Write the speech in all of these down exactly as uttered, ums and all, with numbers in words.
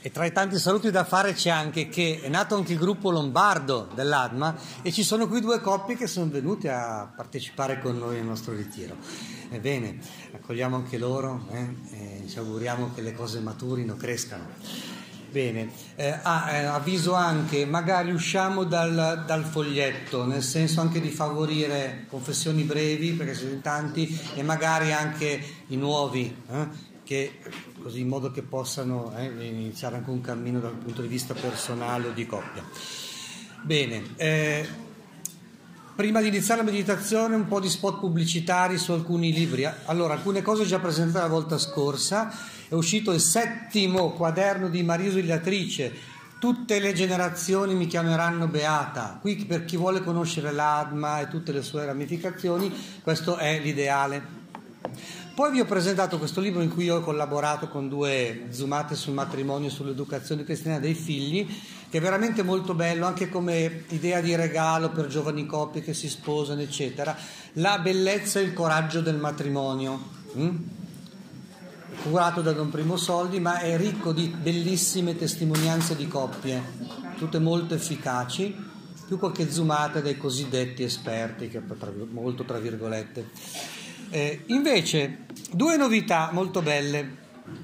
E tra i tanti saluti da fare c'è anche che è nato anche il gruppo lombardo dell'A D M A e ci sono qui due coppie che sono venute a partecipare con noi al nostro ritiro. Ebbene, accogliamo anche loro eh, e ci auguriamo che le cose maturino, crescano. Bene, eh, ah, eh, avviso anche, magari usciamo dal, dal foglietto, nel senso anche di favorire confessioni brevi, perché siete in tanti, e magari anche i nuovi, eh, che, così in modo che possano eh, iniziare anche un cammino dal punto di vista personale o di coppia. Bene, eh, prima di iniziare la meditazione un po' di spot pubblicitari su alcuni libri. Allora, alcune cose già presentate la volta scorsa. È uscito il settimo quaderno di Maria Ausiliatrice, Tutte le generazioni mi chiameranno beata. Qui per chi vuole conoscere l'A D M A e tutte le sue ramificazioni, questo è l'ideale. Poi vi ho presentato questo libro in cui ho collaborato con due zoomate sul matrimonio e sull'educazione cristiana dei figli, che è veramente molto bello, anche come idea di regalo per giovani coppie che si sposano, eccetera. La bellezza e il coraggio del matrimonio. Mm? Curato da Don Primo Soldi, ma è ricco di bellissime testimonianze di coppie, tutte molto efficaci, più qualche zoomata dei cosiddetti esperti, che tra, molto tra virgolette. Eh, invece, due novità molto belle.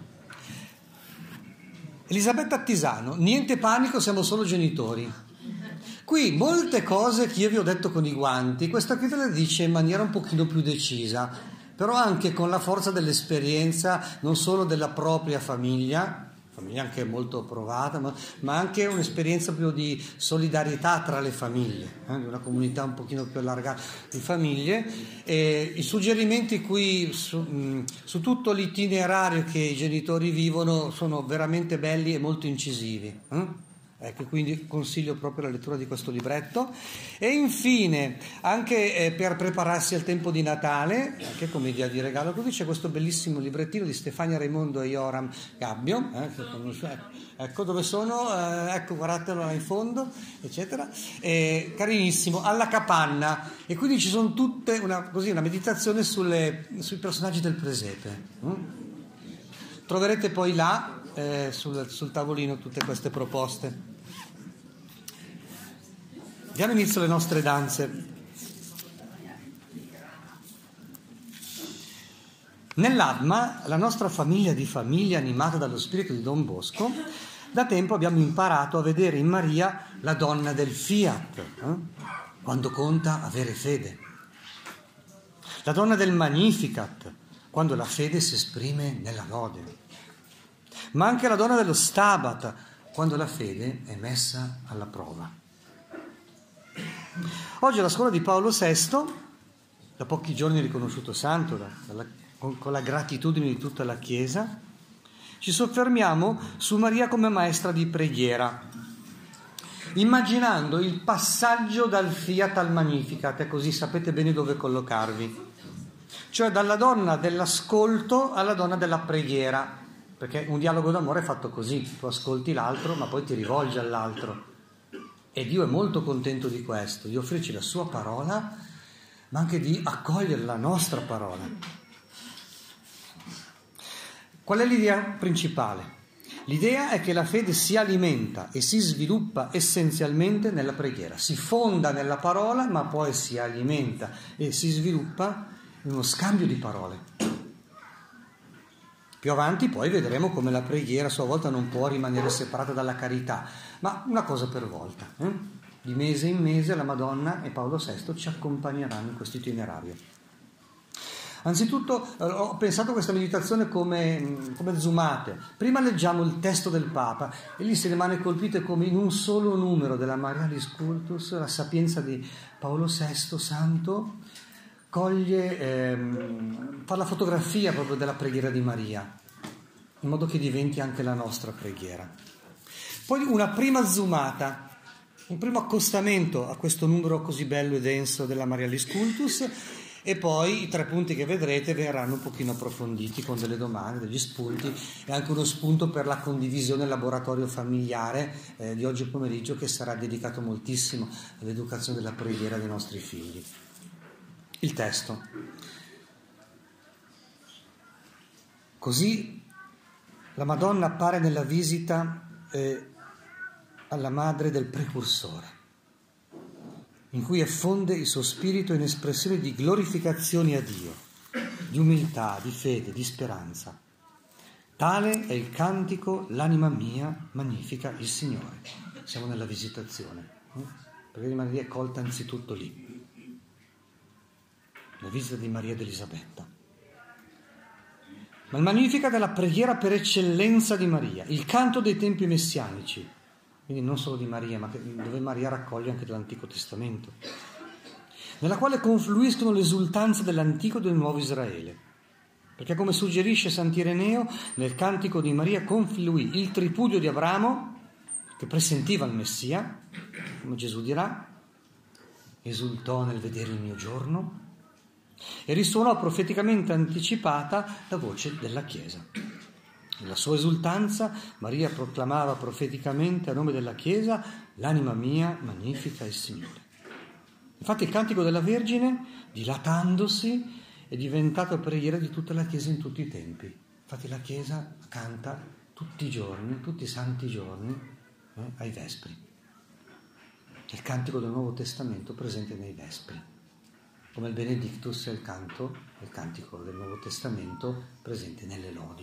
Elisabetta Attisano, niente panico, siamo solo genitori. Qui molte cose che io vi ho detto con i guanti, questa qui ve le dice in maniera un pochino più decisa, però anche con la forza dell'esperienza non solo della propria famiglia, famiglia anche molto provata, ma, ma anche un'esperienza più di solidarietà tra le famiglie, eh, di una comunità un pochino più allargata di famiglie. E i suggerimenti qui su, mh, su tutto l'itinerario che i genitori vivono sono veramente belli e molto incisivi. Eh? Ecco, quindi consiglio proprio la lettura di questo libretto. E infine, anche eh, per prepararsi al tempo di Natale, anche come idea di regalo così, c'è questo bellissimo librettino di Stefania Raimondo e Joram Gabbio, eh, che conosce, ecco dove sono, eh, ecco guardatelo là in fondo, eccetera, eh, carinissimo, alla capanna, e quindi ci sono tutte una, così, una meditazione sulle, sui personaggi del presepe. Mm? Troverete poi là eh, sul, sul tavolino tutte queste proposte. Diamo inizio alle nostre danze. Nell'A D M A, la nostra famiglia di famiglie animata dallo spirito di Don Bosco, da tempo abbiamo imparato a vedere in Maria la donna del fiat, eh? quando conta avere fede. La donna del Magnificat, quando la fede si esprime nella lode. Ma anche la donna dello Stabat, quando la fede è messa alla prova. Oggi alla scuola di Paolo sesto, da pochi giorni riconosciuto santo, da, dalla, con, con la gratitudine di tutta la Chiesa, ci soffermiamo su Maria come maestra di preghiera, immaginando il passaggio dal Fiat al Magnificat, e così sapete bene dove collocarvi, cioè dalla donna dell'ascolto alla donna della preghiera, perché un dialogo d'amore è fatto così, tu ascolti l'altro ma poi ti rivolgi all'altro. E Dio è molto contento di questo, di offrirci la sua parola, ma anche di accogliere la nostra parola. Qual è l'idea principale? L'idea è che la fede si alimenta e si sviluppa essenzialmente nella preghiera. Si fonda nella parola, ma poi si alimenta e si sviluppa in uno scambio di parole. Più avanti poi vedremo come la preghiera a sua volta non può rimanere separata dalla carità, ma una cosa per volta. Eh? Di mese in mese la Madonna e Paolo sesto ci accompagneranno in questo itinerario. Anzitutto eh, ho pensato a questa meditazione come, come zoomate. Prima leggiamo il testo del Papa e lì si rimane colpite come in un solo numero della Marialis Cultus la sapienza di Paolo sesto Santo coglie, ehm, fa la fotografia proprio della preghiera di Maria, in modo che diventi anche la nostra preghiera. Poi una prima zoomata, un primo accostamento a questo numero così bello e denso della Marialis Cultus, e poi i tre punti che vedrete verranno un pochino approfonditi con delle domande, degli spunti e anche uno spunto per la condivisione del laboratorio familiare eh, di oggi pomeriggio, che sarà dedicato moltissimo all'educazione della preghiera dei nostri figli. Il testo. Così la Madonna appare nella visita eh, alla madre del precursore, in cui affonde il suo spirito in espressione di glorificazione a Dio, di umiltà, di fede, di speranza. Tale è il cantico, l'anima mia magnifica il Signore. Siamo nella visitazione, eh? Perché Maria è colta anzitutto lì, la visita di Maria ed Elisabetta. Ma il Magnificat è la preghiera per eccellenza di Maria, il canto dei tempi messianici, quindi non solo di Maria, ma dove Maria raccoglie anche dell'Antico Testamento, nella quale confluiscono le esultanze dell'Antico e del Nuovo Israele. Perché, come suggerisce Sant'Ireneo, nel cantico di Maria confluì il tripudio di Abramo, che presentiva il Messia, come Gesù dirà, esultò nel vedere il mio giorno, e risuonò profeticamente anticipata la voce della Chiesa. Nella sua esultanza Maria proclamava profeticamente a nome della Chiesa: l'anima mia magnifica il Signore. Infatti il cantico della Vergine, dilatandosi, è diventato preghiera di tutta la Chiesa in tutti i tempi. Infatti la Chiesa canta tutti i giorni, tutti i santi giorni, eh, ai Vespri. Il cantico del Nuovo Testamento presente nei Vespri, come il Benedictus è il canto, il cantico del Nuovo Testamento presente nelle lodi.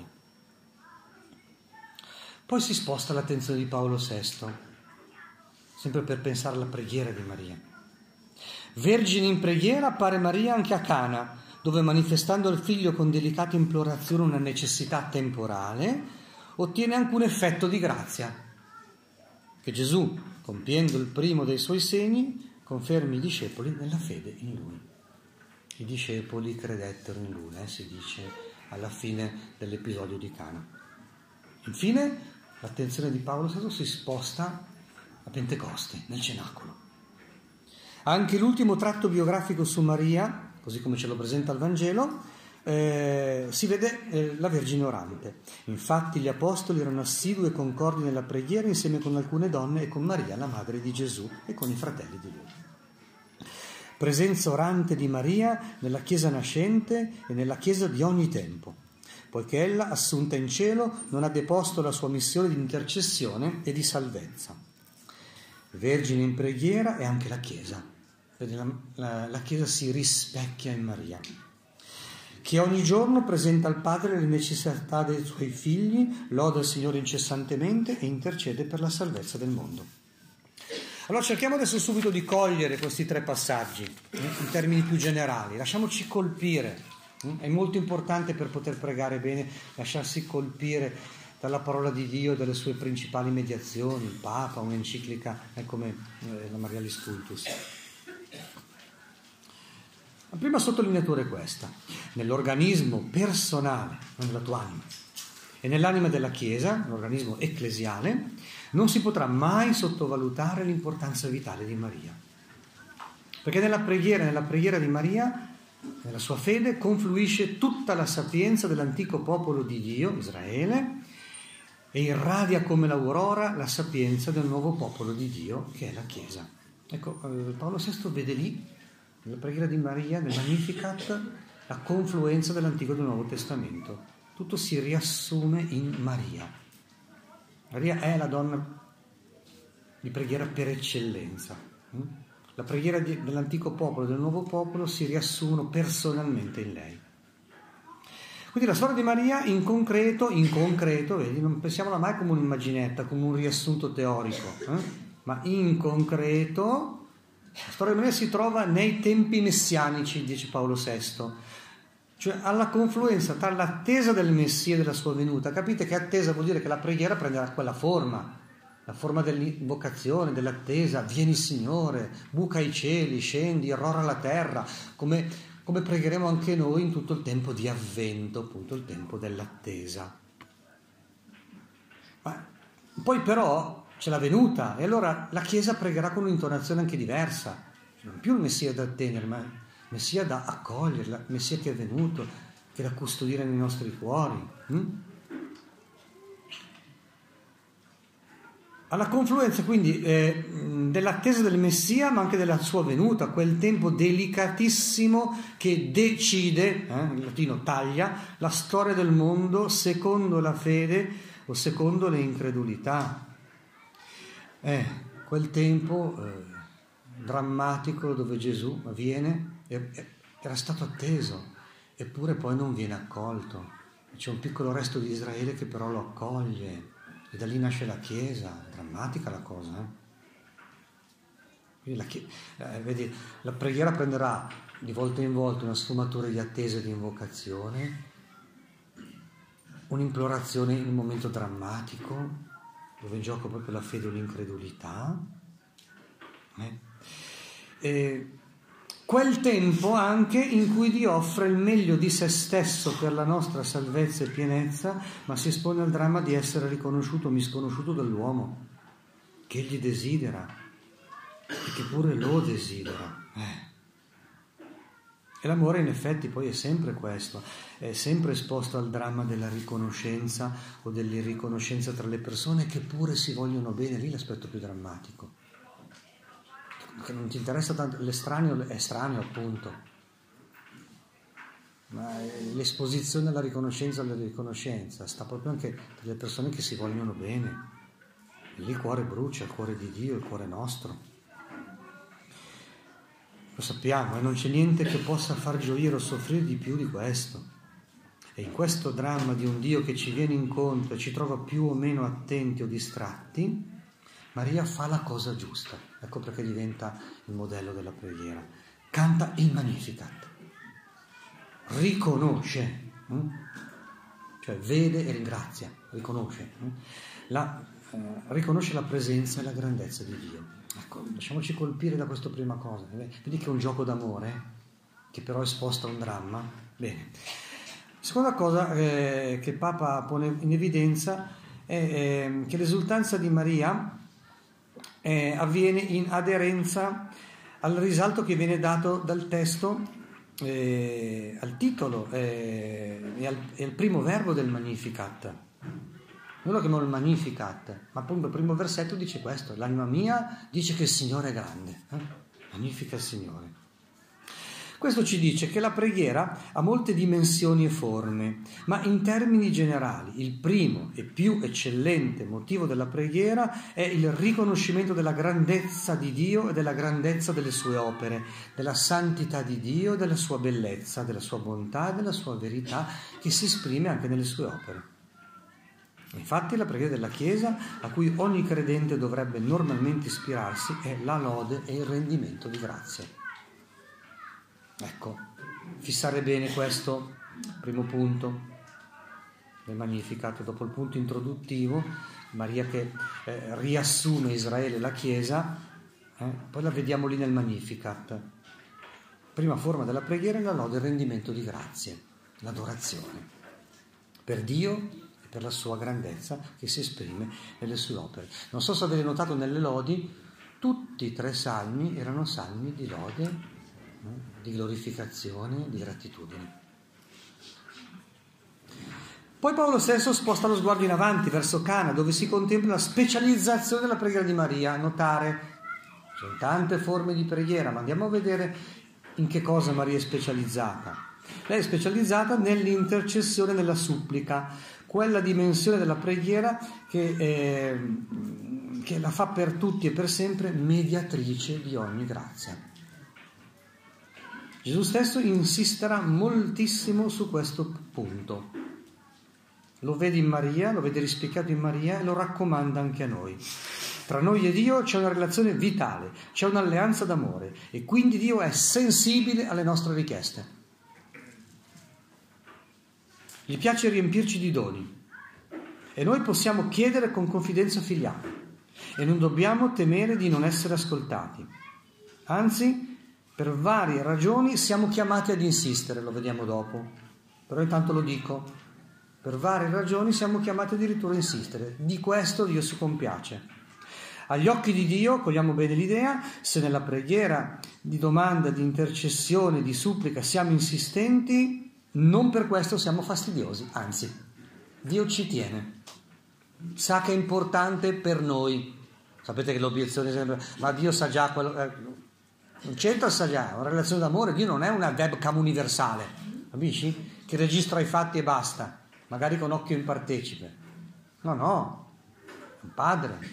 Poi si sposta l'attenzione di Paolo sesto, sempre per pensare alla preghiera di Maria. Vergine in preghiera appare Maria anche a Cana, dove, manifestando al figlio con delicata implorazione una necessità temporale, ottiene anche un effetto di grazia, che Gesù, compiendo il primo dei suoi segni, confermi i discepoli nella fede in lui. I discepoli credettero in lui, eh, si dice alla fine dell'episodio di Cana. Infine, l'attenzione di Paolo sesto si sposta a Pentecoste, nel cenacolo. Anche l'ultimo tratto biografico su Maria, così come ce lo presenta il Vangelo, eh, si vede eh, la Vergine orante. Infatti gli apostoli erano assidui e concordi nella preghiera insieme con alcune donne e con Maria, la madre di Gesù, e con i fratelli di lui. Presenza orante di Maria nella Chiesa nascente e nella Chiesa di ogni tempo, poiché ella, assunta in cielo, non ha deposto la sua missione di intercessione e di salvezza. Vergine in preghiera è anche la Chiesa. La, la, la Chiesa si rispecchia in Maria, che ogni giorno presenta al Padre le necessità dei suoi figli, loda il Signore incessantemente e intercede per la salvezza del mondo. Allora cerchiamo adesso subito di cogliere questi tre passaggi eh, in termini più generali. Lasciamoci colpire, eh? È molto importante per poter pregare bene lasciarsi colpire dalla parola di Dio e dalle sue principali mediazioni, il Papa, un'enciclica eh, come eh, la Marialis Cultus. La prima sottolineatura è questa: nell'organismo personale, non nella tua anima, e nell'anima della Chiesa, l'organismo ecclesiale, non si potrà mai sottovalutare l'importanza vitale di Maria. Perché nella preghiera, nella preghiera di Maria, nella sua fede, confluisce tutta la sapienza dell'antico popolo di Dio, Israele, e irradia come l'aurora la sapienza del nuovo popolo di Dio, che è la Chiesa. Ecco, Paolo sesto vede lì, nella preghiera di Maria, nel Magnificat, la confluenza dell'Antico e del Nuovo Testamento. Tutto si riassume in Maria. Maria è la donna di preghiera per eccellenza. La preghiera dell'antico popolo e del nuovo popolo si riassumono personalmente in lei. Quindi la storia di Maria in concreto, in concreto, vedi, non pensiamola mai come un'immaginetta, come un riassunto teorico, eh? Ma in concreto la storia di Maria si trova nei tempi messianici, dice Paolo sesto, cioè alla confluenza tra l'attesa del Messia e della sua venuta. Capite che attesa vuol dire che la preghiera prenderà quella forma, la forma dell'invocazione, dell'attesa. Vieni Signore, buca i cieli, scendi, irrora la terra, come, come pregheremo anche noi in tutto il tempo di avvento, appunto il tempo dell'attesa. Ma poi però c'è la venuta, e allora la Chiesa pregherà con un'intonazione anche diversa, non più il Messia da attendere, ma il Messia da accogliere, il Messia che è venuto, che è da custodire nei nostri cuori. Hm? Alla confluenza quindi eh, dell'attesa del Messia, ma anche della sua venuta, quel tempo delicatissimo che decide, eh, in latino taglia, la storia del mondo secondo la fede o secondo le incredulità. È quel tempo eh, drammatico dove Gesù viene, era stato atteso, eppure poi non viene accolto. C'è un piccolo resto di Israele che però lo accoglie e da lì nasce la Chiesa. Drammatica la cosa, eh? La, eh, vedi, la preghiera prenderà di volta in volta una sfumatura di attesa e di invocazione, un'implorazione in un momento drammatico dove in gioco proprio la fede o l'incredulità, eh? E quel tempo anche in cui Dio offre il meglio di se stesso per la nostra salvezza e pienezza, ma si espone al dramma di essere riconosciuto o misconosciuto dall'uomo che egli desidera e che pure lo desidera. Eh. E l'amore in effetti poi è sempre questo, è sempre esposto al dramma della riconoscenza o dell'irriconoscenza tra le persone che pure si vogliono bene. Lì l'aspetto più drammatico, che non ti interessa tanto l'estraneo, è estraneo appunto, ma l'esposizione alla riconoscenza alla riconoscenza sta proprio anche per le persone che si vogliono bene. E lì il cuore brucia, il cuore di Dio, il cuore nostro. Lo sappiamo, e non c'è niente che possa far gioire o soffrire di più di questo. E in questo dramma di un Dio che ci viene incontro e ci trova più o meno attenti o distratti, Maria fa la cosa giusta. Ecco perché diventa il modello della preghiera. Canta il Magnificat. Riconosce, hm? cioè vede e ringrazia, riconosce. Hm? La, eh, riconosce la presenza e la grandezza di Dio. Ecco, lasciamoci colpire da questa prima cosa. Vedi che è un gioco d'amore, che però esposta a un dramma. Bene. Seconda cosa eh, che il Papa pone in evidenza è eh, che l'esultanza di Maria eh, avviene in aderenza al risalto che viene dato dal testo, eh, al titolo eh, e, al, e al primo verbo del Magnificat. Noi lo chiamiamo il Magnificat, ma appunto il primo versetto dice questo: l'anima mia dice che il Signore è grande, eh? Magnifica il Signore. Questo ci dice che la preghiera ha molte dimensioni e forme, ma in termini generali il primo e più eccellente motivo della preghiera è il riconoscimento della grandezza di Dio e della grandezza delle sue opere, della santità di Dio, della sua bellezza, della sua bontà e della sua verità, che si esprime anche nelle sue opere. Infatti la preghiera della Chiesa, a cui ogni credente dovrebbe normalmente ispirarsi, è la lode e il rendimento di grazie. Ecco, fissare bene questo primo punto del Magnificat. Dopo il punto introduttivo, Maria che eh, riassume Israele e la Chiesa, eh, poi la vediamo lì nel Magnificat. Prima forma della preghiera è la lode e il rendimento di grazie, l'adorazione per Dio per la sua grandezza che si esprime nelle sue opere. Non so se avete notato nelle lodi, tutti i tre salmi erano salmi di lode, no? Di glorificazione, di gratitudine. Poi Paolo stesso sposta lo sguardo in avanti verso Cana, dove si contempla la specializzazione della preghiera di Maria. A notare, ci sono tante forme di preghiera, ma andiamo a vedere in che cosa Maria è specializzata. Lei è specializzata nell'intercessione, nella supplica, quella dimensione della preghiera che, eh, che la fa per tutti e per sempre mediatrice di ogni grazia. Gesù stesso insisterà moltissimo su questo punto. Lo vede in Maria, lo vede rispecchiato in Maria e lo raccomanda anche a noi. Tra noi e Dio c'è una relazione vitale, c'è un'alleanza d'amore e quindi Dio è sensibile alle nostre richieste. Gli piace riempirci di doni e noi possiamo chiedere con confidenza filiale e non dobbiamo temere di non essere ascoltati. Anzi, per varie ragioni siamo chiamati ad insistere, lo vediamo dopo, però intanto lo dico, per varie ragioni siamo chiamati addirittura a insistere. Di questo Dio si compiace. Agli occhi di Dio, cogliamo bene l'idea, se nella preghiera di domanda, di intercessione, di supplica siamo insistenti, non per questo siamo fastidiosi, anzi, Dio ci tiene, sa che è importante per noi. Sapete che l'obiezione è sempre, ma Dio sa già quello, eh, non c'entra, sa già, è una relazione d'amore. Dio non è una webcam universale, capisci? Che registra i fatti e basta, magari con occhio impartecipe. No, no, è un padre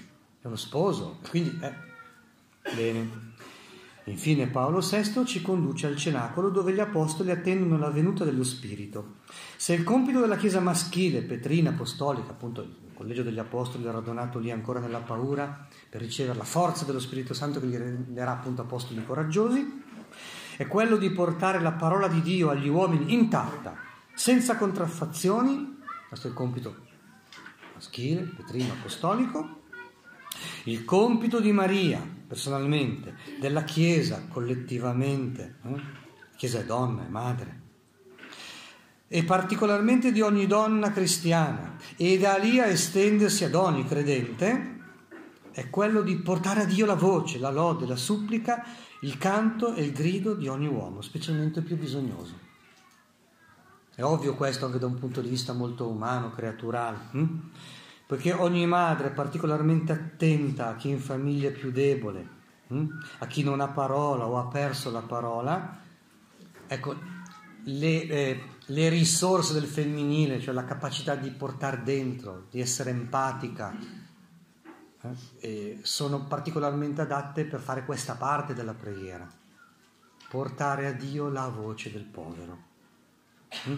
è uno sposo, quindi eh, bene. Infine Paolo sesto ci conduce al cenacolo dove gli apostoli attendono la venuta dello Spirito. Se il compito della Chiesa maschile, petrina, apostolica, appunto il collegio degli apostoli radunato lì ancora nella paura per ricevere la forza dello Spirito Santo che li renderà appunto apostoli coraggiosi, è quello di portare la parola di Dio agli uomini intatta, senza contraffazioni, questo è il compito maschile, petrino, apostolico. Il compito di Maria, personalmente, della Chiesa, collettivamente, eh? Chiesa è donna, è madre, e particolarmente di ogni donna cristiana, e da lì a estendersi ad ogni credente, è quello di portare a Dio la voce, la lode, la supplica, il canto e il grido di ogni uomo, specialmente il più bisognoso. È ovvio questo anche da un punto di vista molto umano, creaturale, hm? Perché ogni madre è particolarmente attenta a chi in famiglia è più debole, hm? a chi non ha parola o ha perso la parola. Ecco, le, eh, le risorse del femminile, cioè la capacità di portare dentro, di essere empatica, eh, eh, sono particolarmente adatte per fare questa parte della preghiera, portare a Dio la voce del povero. Hm?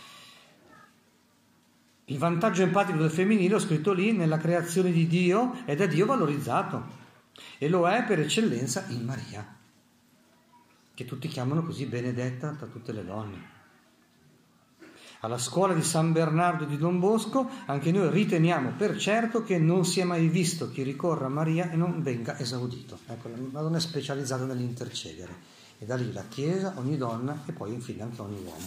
Il vantaggio empatico del femminile, ho scritto lì, nella creazione di Dio è da Dio valorizzato e lo è per eccellenza in Maria, che tutti chiamano così benedetta tra tutte le donne. Alla scuola di San Bernardo di Don Bosco anche noi riteniamo per certo che non si è mai visto chi ricorra a Maria e non venga esaudito. Ecco, la Madonna è specializzata nell'intercedere e da lì la Chiesa, ogni donna e poi infine anche ogni uomo.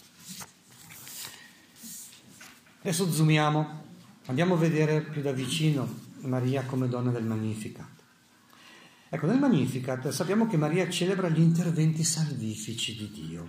Adesso zoomiamo, andiamo a vedere più da vicino Maria come donna del Magnificat. Ecco, nel Magnificat sappiamo che Maria celebra gli interventi salvifici di Dio,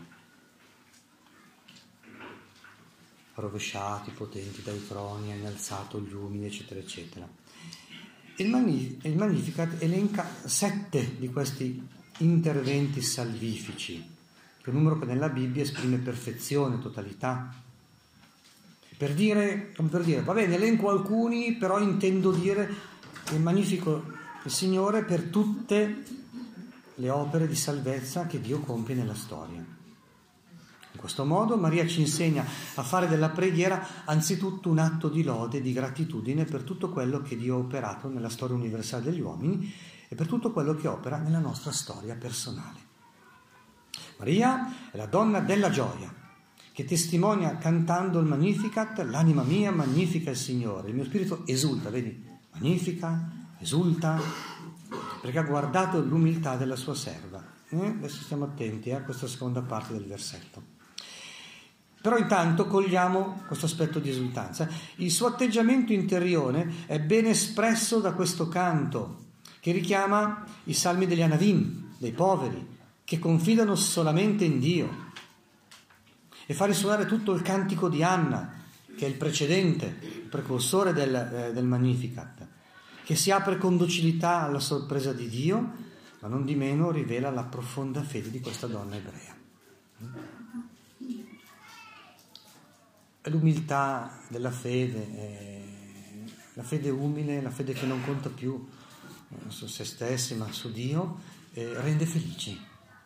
rovesciati, potenti dai troni, ha innalzato gli umili, eccetera, eccetera. Il, Magni- il Magnificat elenca sette di questi interventi salvifici, che è un numero che nella Bibbia esprime perfezione, totalità. Per dire, come per dire, va bene, elenco alcuni, però intendo dire che è magnifico il Signore per tutte le opere di salvezza che Dio compie nella storia. In questo modo Maria ci insegna a fare della preghiera anzitutto un atto di lode e di gratitudine per tutto quello che Dio ha operato nella storia universale degli uomini e per tutto quello che opera nella nostra storia personale. Maria è la donna della gioia, che testimonia cantando il Magnificat: l'anima mia magnifica il Signore, il mio spirito esulta, vedi, magnifica, esulta, perché ha guardato l'umiltà della sua serva. Eh? Adesso stiamo attenti a questa seconda parte del versetto. Però intanto cogliamo questo aspetto di esultanza. Il suo atteggiamento interiore è ben espresso da questo canto, che richiama i salmi degli Anavim, dei poveri, che confidano solamente in Dio, e fa risuonare tutto il cantico di Anna, che è il precedente, il precursore del, eh, del Magnificat, che si apre con docilità alla sorpresa di Dio, ma non di meno rivela la profonda fede di questa donna ebrea. L'umiltà della fede, eh, la fede umile, la fede che non conta più eh, su se stessi ma su Dio, eh, rende felici.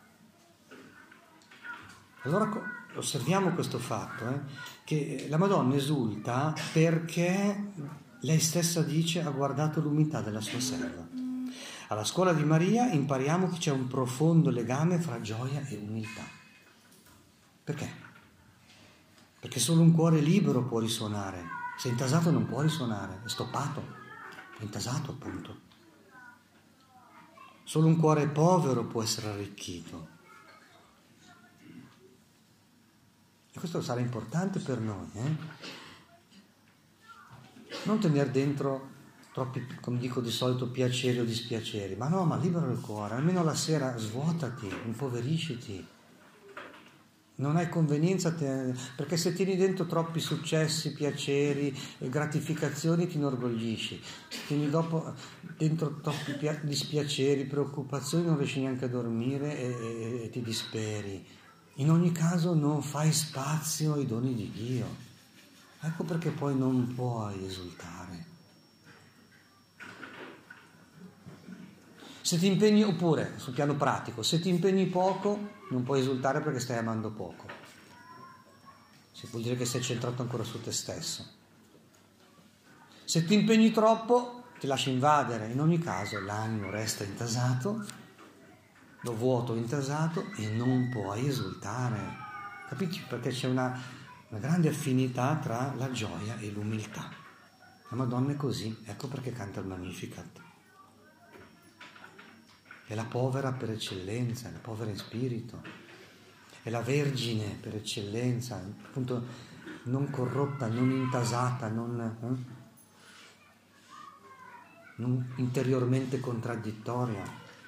Allora osserviamo questo fatto, eh, che la Madonna esulta perché lei stessa dice: ha guardato l'umiltà della sua serva. Alla scuola di Maria impariamo che c'è un profondo legame fra gioia e umiltà. Perché? Perché solo un cuore libero può risuonare. Se è intasato non può risuonare, è stoppato, è intasato appunto. Solo un cuore povero può essere arricchito. E questo sarà importante per noi, eh? Non tenere dentro troppi, come dico di solito, piaceri o dispiaceri, ma no, ma libera il cuore, almeno la sera svuotati, impoverisciti. Non hai convenienza, te, perché se tieni dentro troppi successi, piaceri, gratificazioni ti inorgoglisci. Se tieni dopo dentro troppi pia- dispiaceri, preoccupazioni, non riesci neanche a dormire e, e, e ti disperi. In ogni caso non fai spazio ai doni di Dio. Ecco perché poi non puoi esultare. Se ti impegni, oppure sul piano pratico, se ti impegni poco non puoi esultare perché stai amando poco. Cioè, vuol dire che sei centrato ancora su te stesso. Se ti impegni troppo ti lasci invadere. In ogni caso l'animo resta intasato, lo vuoto intasato e non puoi esultare. Capisci? Perché c'è una, una grande affinità tra la gioia e l'umiltà. La Madonna è così, ecco perché canta il Magnificat. È la povera per eccellenza, è la povera in spirito, è la Vergine per eccellenza, appunto non corrotta, non intasata, non, eh? non interiormente contraddittoria.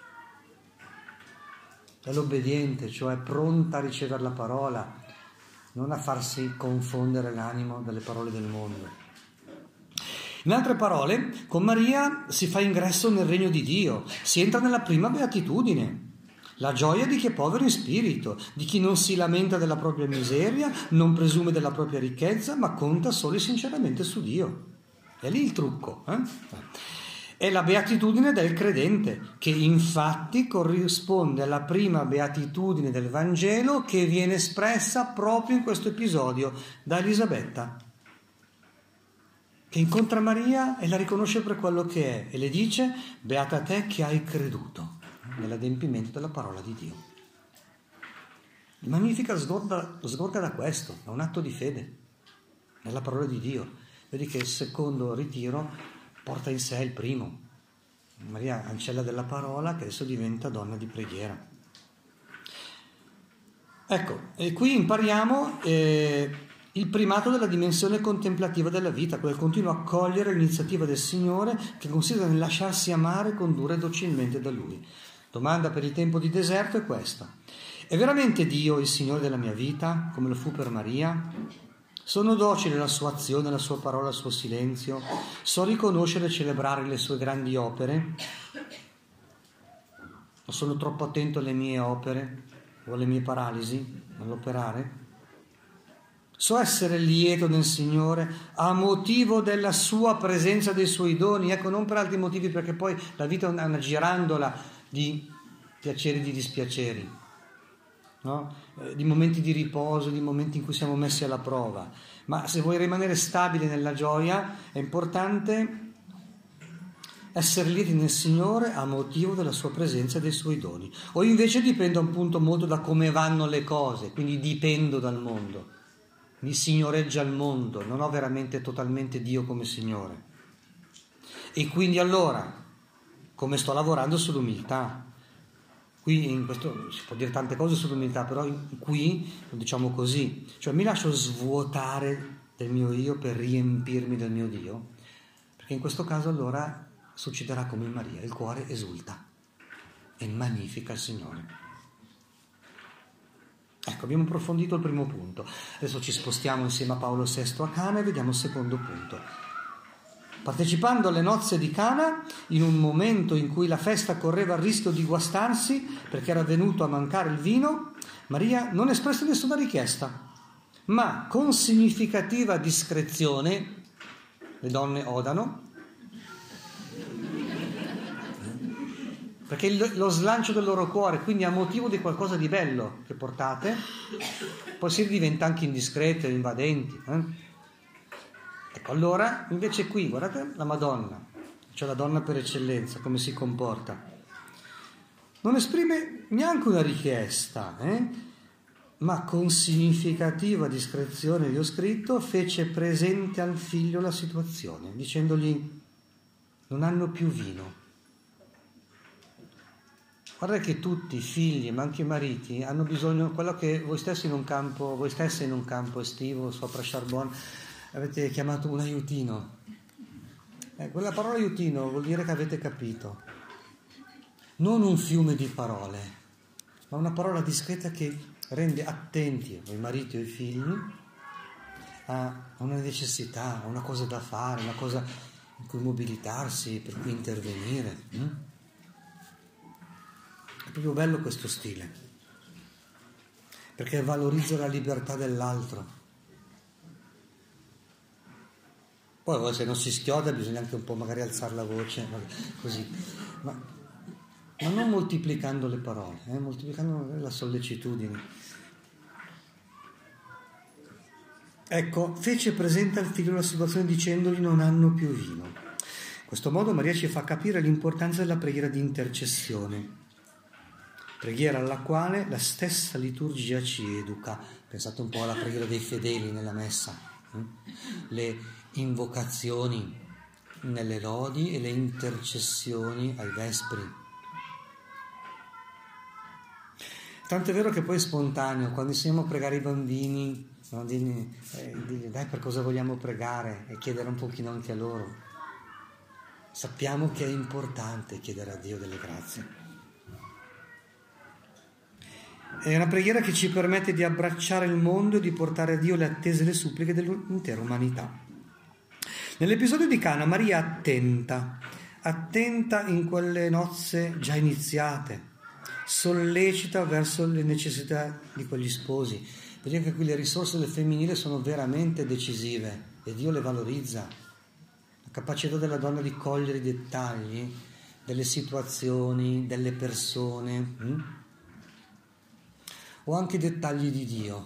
È l'obbediente, cioè pronta a ricevere la parola, non a farsi confondere l'animo dalle parole del mondo. In altre parole, con Maria si fa ingresso nel regno di Dio, si entra nella prima beatitudine, la gioia di chi è povero in spirito, di chi non si lamenta della propria miseria, non presume della propria ricchezza, ma conta solo e sinceramente su Dio. È lì il trucco. Eh? È la beatitudine del credente, che infatti corrisponde alla prima beatitudine del Vangelo che viene espressa proprio in questo episodio da Elisabetta, che incontra Maria e la riconosce per quello che è e le dice: beata te che hai creduto, nell'adempimento della parola di Dio. Il Magnificat sgorga, sgorga da questo, da un atto di fede nella parola di Dio. Vedi che il secondo ritiro porta in sé il primo. Maria, ancella della parola, che adesso diventa donna di preghiera. Ecco, e qui impariamo eh, il primato della dimensione contemplativa della vita, quel continuo accogliere l'iniziativa del Signore che consiste nel lasciarsi amare e condurre docilmente da Lui. Domanda per il tempo di deserto è questa: è veramente Dio il Signore della mia vita, come lo fu per Maria? Sono docile alla sua azione, alla sua parola, al suo silenzio? So riconoscere e celebrare le sue grandi opere? O sono troppo attento alle mie opere o alle mie paralisi, all'operare? So essere lieto nel Signore a motivo della sua presenza, dei suoi doni, ecco, non per altri motivi, perché poi la vita è una girandola di piaceri e di dispiaceri, no? Eh, di momenti di riposo, di momenti in cui siamo messi alla prova. Ma se vuoi rimanere stabile nella gioia è importante essere lieti nel Signore a motivo della sua presenza e dei suoi doni. O invece dipendo appunto molto da come vanno le cose, quindi dipendo dal mondo. Mi signoreggia il mondo, non ho veramente totalmente Dio come Signore. E quindi allora, come sto lavorando sull'umiltà? Qui in questo si può dire tante cose sull'umiltà, però qui diciamo così, cioè mi lascio svuotare del mio io per riempirmi del mio Dio, perché in questo caso allora succederà come in Maria, il cuore esulta e magnifica il Signore. Ecco, abbiamo approfondito il primo punto. Adesso ci spostiamo insieme a Paolo sesto a Cana e vediamo il secondo punto. Partecipando alle nozze di Cana, in un momento in cui la festa correva il rischio di guastarsi perché era venuto a mancare il vino, Maria non espresse nessuna richiesta, ma con significativa discrezione, le donne odano, perché lo slancio del loro cuore, quindi a motivo di qualcosa di bello che portate, poi si diventa anche indiscreti o invadenti. Eh? Ecco, allora, invece qui, guardate la Madonna, cioè la donna per eccellenza, come si comporta. Non esprime neanche una richiesta, eh? ma con significativa discrezione, vi ho scritto, fece presente al figlio la situazione, dicendogli: non hanno più vino. Guarda che tutti i figli, ma anche i mariti, hanno bisogno, quello che voi stessi in un campo, voi stesse in un campo estivo sopra Charbon avete chiamato un aiutino. Eh, quella parola aiutino vuol dire che avete capito. Non un fiume di parole, ma una parola discreta che rende attenti i mariti o i figli a una necessità, a una cosa da fare, una cosa in cui mobilitarsi, per cui intervenire. Hm? È proprio bello questo stile, perché valorizza la libertà dell'altro. Poi se non si schioda bisogna anche un po' magari alzare la voce, così. Ma ma non moltiplicando le parole, eh, moltiplicando la sollecitudine. Ecco, fece presente al figlio la situazione dicendogli: non hanno più vino. In questo modo Maria ci fa capire l'importanza della preghiera di intercessione, preghiera alla quale la stessa liturgia ci educa. Pensate un po' alla preghiera dei fedeli nella messa, eh? Le invocazioni nelle lodi e le intercessioni ai vespri. Tanto è vero che poi è spontaneo, quando insiemiamo a pregare i bambini, no, di, eh, di, dai, per cosa vogliamo pregare, e chiedere un pochino anche a loro. Sappiamo che è importante chiedere a Dio delle grazie. È una preghiera che ci permette di abbracciare il mondo e di portare a Dio le attese e le suppliche dell'intera umanità. Nell'episodio di Cana Maria attenta, attenta in quelle nozze già iniziate, sollecita verso le necessità di quegli sposi. Vedete che qui le risorse del femminile sono veramente decisive e Dio le valorizza. La capacità della donna di cogliere i dettagli delle situazioni, delle persone, hm? o anche i dettagli di Dio.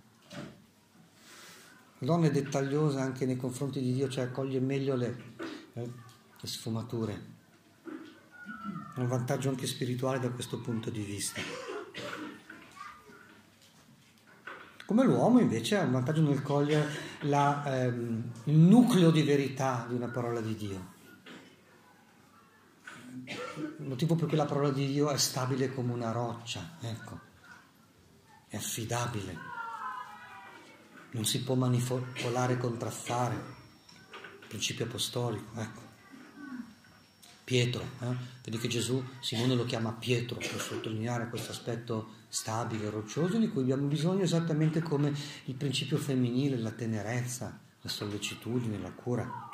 La donna è dettagliosa anche nei confronti di Dio, cioè coglie meglio le, eh, le sfumature. È un vantaggio anche spirituale da questo punto di vista. Come l'uomo invece ha un vantaggio nel cogliere la, ehm, il nucleo di verità di una parola di Dio. Il motivo per cui la parola di Dio è stabile come una roccia, ecco, è affidabile. Non si può manipolare e contraffare, principio apostolico, ecco. Pietro, eh? Vedi che Gesù, Simone lo chiama Pietro, per sottolineare questo aspetto stabile, roccioso, di cui abbiamo bisogno esattamente come il principio femminile, la tenerezza, la sollecitudine, la cura.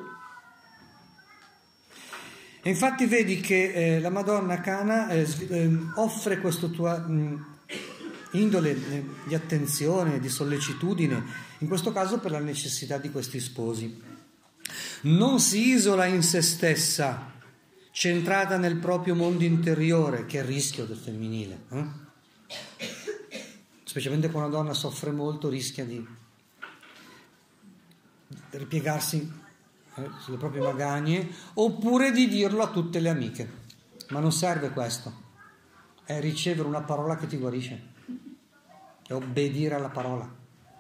E infatti vedi che eh, la Madonna a Cana eh, eh, offre questa tua mh, indole eh, di attenzione, di sollecitudine, in questo caso per la necessità di questi sposi. Non si isola in se stessa, centrata nel proprio mondo interiore, che è il rischio del femminile. Eh? Specialmente quando una donna soffre molto, rischia di ripiegarsi eh, sulle proprie magagne, oppure di dirlo a tutte le amiche. Ma non serve questo, è ricevere una parola che ti guarisce, è obbedire alla parola.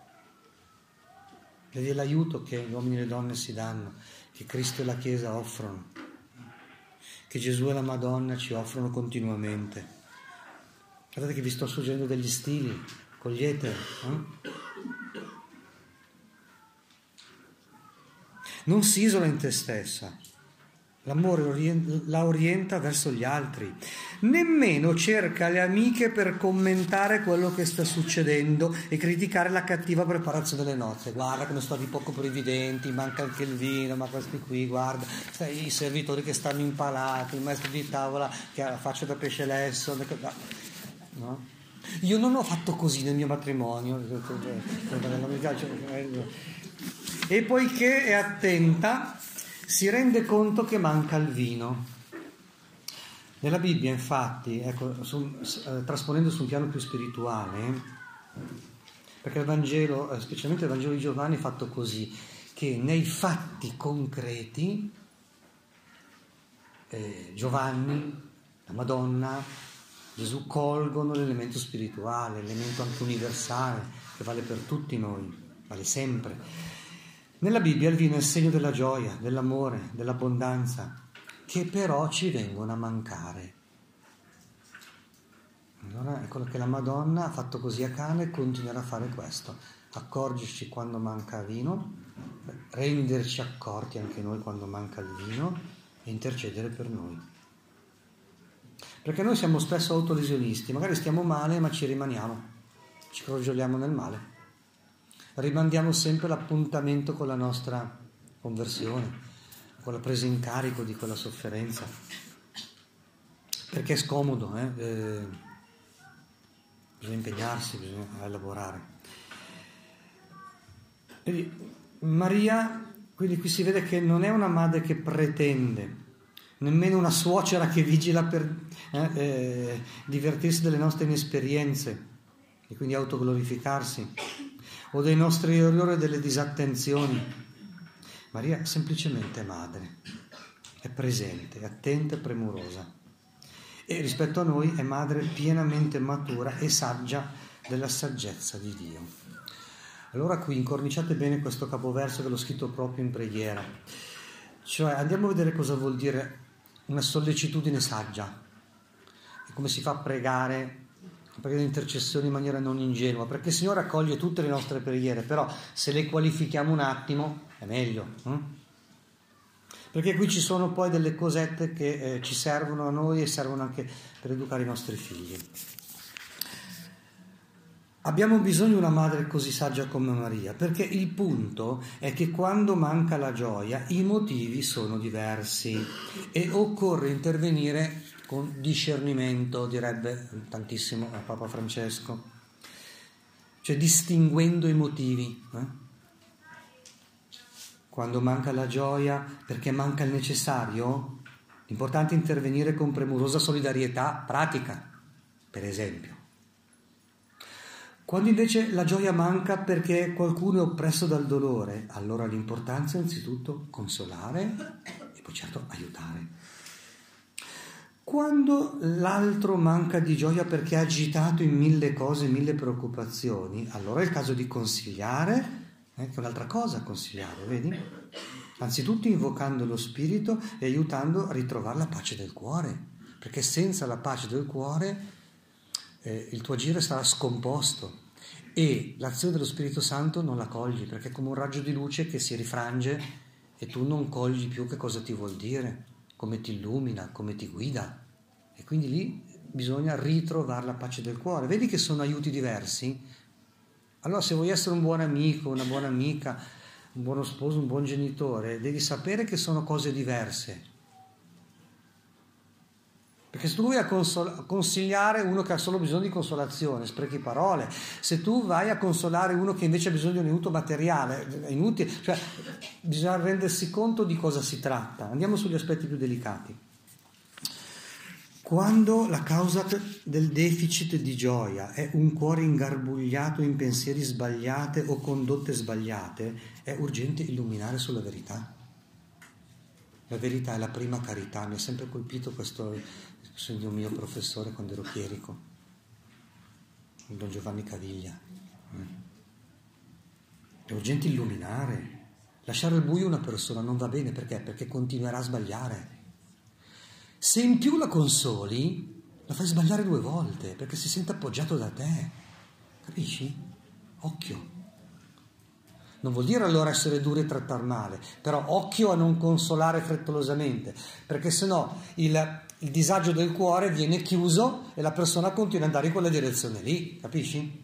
Ed è l'aiuto che gli uomini e le donne si danno, che Cristo e la Chiesa offrono, che Gesù e la Madonna ci offrono continuamente. Guardate che vi sto suggerendo degli stili, cogliete. Eh? Non si isola in te stessa, l'amore orient- la orienta verso gli altri, nemmeno cerca le amiche per commentare quello che sta succedendo e criticare la cattiva preparazione delle nozze. Guarda che ne sto di poco previdenti, manca anche il vino, ma questi qui, guarda, i servitori che stanno impalati, il maestro di tavola che ha la faccia da pesce lesso, no? Io non ho fatto così nel mio matrimonio, non mi piace. E poiché è attenta, si rende conto che manca il vino. Nella Bibbia, infatti, ecco, su, eh, trasponendo su un piano più spirituale, perché il Vangelo, eh, specialmente il Vangelo di Giovanni, è fatto così, che nei fatti concreti eh, Giovanni, la Madonna, Gesù colgono l'elemento spirituale, l'elemento anche universale, che vale per tutti noi, vale sempre. Nella Bibbia il vino è il segno della gioia, dell'amore, dell'abbondanza, che però ci vengono a mancare. Allora è quello che la Madonna ha fatto così a Cana e continuerà a fare questo, accorgerci quando manca vino, renderci accorti anche noi quando manca il vino e intercedere per noi. Perché noi siamo spesso autolesionisti, magari stiamo male ma ci rimaniamo, ci crogioliamo nel male. Rimandiamo sempre l'appuntamento con la nostra conversione, con la presa in carico di quella sofferenza, perché è scomodo, eh? Eh, bisogna impegnarsi, bisogna elaborare. Quindi, Maria, quindi qui si vede che non è una madre che pretende, nemmeno una suocera che vigila per eh, eh, divertirsi delle nostre inesperienze e quindi autoglorificarsi, o dei nostri errori e delle disattenzioni. Maria è semplicemente madre, è presente, è attenta e premurosa, e rispetto a noi è madre pienamente matura e saggia della saggezza di Dio. Allora qui incorniciate bene questo capoverso che l'ho scritto proprio in preghiera, cioè andiamo a vedere cosa vuol dire una sollecitudine saggia e come si fa a pregare, a pregare l'intercessione in maniera non ingenua, perché il Signore accoglie tutte le nostre preghiere, però se le qualifichiamo un attimo è meglio, hm? Perché qui ci sono poi delle cosette che eh, ci servono a noi e servono anche per educare i nostri figli. Abbiamo bisogno di una madre così saggia come Maria, perché il punto è che quando manca la gioia i motivi sono diversi e occorre intervenire con discernimento, direbbe tantissimo Papa Francesco, cioè distinguendo i motivi. Eh? Quando manca la gioia perché manca il necessario, l'importante è intervenire con premurosa solidarietà pratica, per esempio. Quando invece la gioia manca perché qualcuno è oppresso dal dolore, allora l'importanza è innanzitutto consolare e poi certo aiutare. Quando l'altro manca di gioia perché è agitato in mille cose, mille preoccupazioni, allora è il caso di consigliare, eh, che è un'altra cosa consigliare, vedi? Anzitutto invocando lo Spirito e aiutando a ritrovare la pace del cuore, perché senza la pace del cuore Eh, il tuo agire sarà scomposto e l'azione dello Spirito Santo non la cogli, perché è come un raggio di luce che si rifrange e tu non cogli più che cosa ti vuol dire, come ti illumina, come ti guida, e quindi lì bisogna ritrovare la pace del cuore. Vedi che sono aiuti diversi? Allora se vuoi essere un buon amico, una buona amica, un buono sposo, un buon genitore, devi sapere che sono cose diverse. Perché se tu vai a, consol- a consigliare uno che ha solo bisogno di consolazione, sprechi parole. Se tu vai a consolare uno che invece ha bisogno di un aiuto materiale, è inutile. Cioè, bisogna rendersi conto di cosa si tratta. Andiamo sugli aspetti più delicati. Quando la causa del deficit di gioia è un cuore ingarbugliato in pensieri sbagliate o condotte sbagliate, è urgente illuminare sulla verità. La verità è la prima carità. Mi ha sempre colpito questo di un mio professore quando ero chierico, il Don Giovanni Caviglia. È urgente illuminare. Lasciare al buio una persona non va bene, perché? Perché continuerà a sbagliare. Se in più la consoli, la fai sbagliare due volte, perché si sente appoggiato da te. Capisci? Occhio. Non vuol dire allora essere duri e trattar male, però occhio a non consolare frettolosamente, perché sennò il, il disagio del cuore viene chiuso e la persona continua ad andare in quella direzione lì, capisci?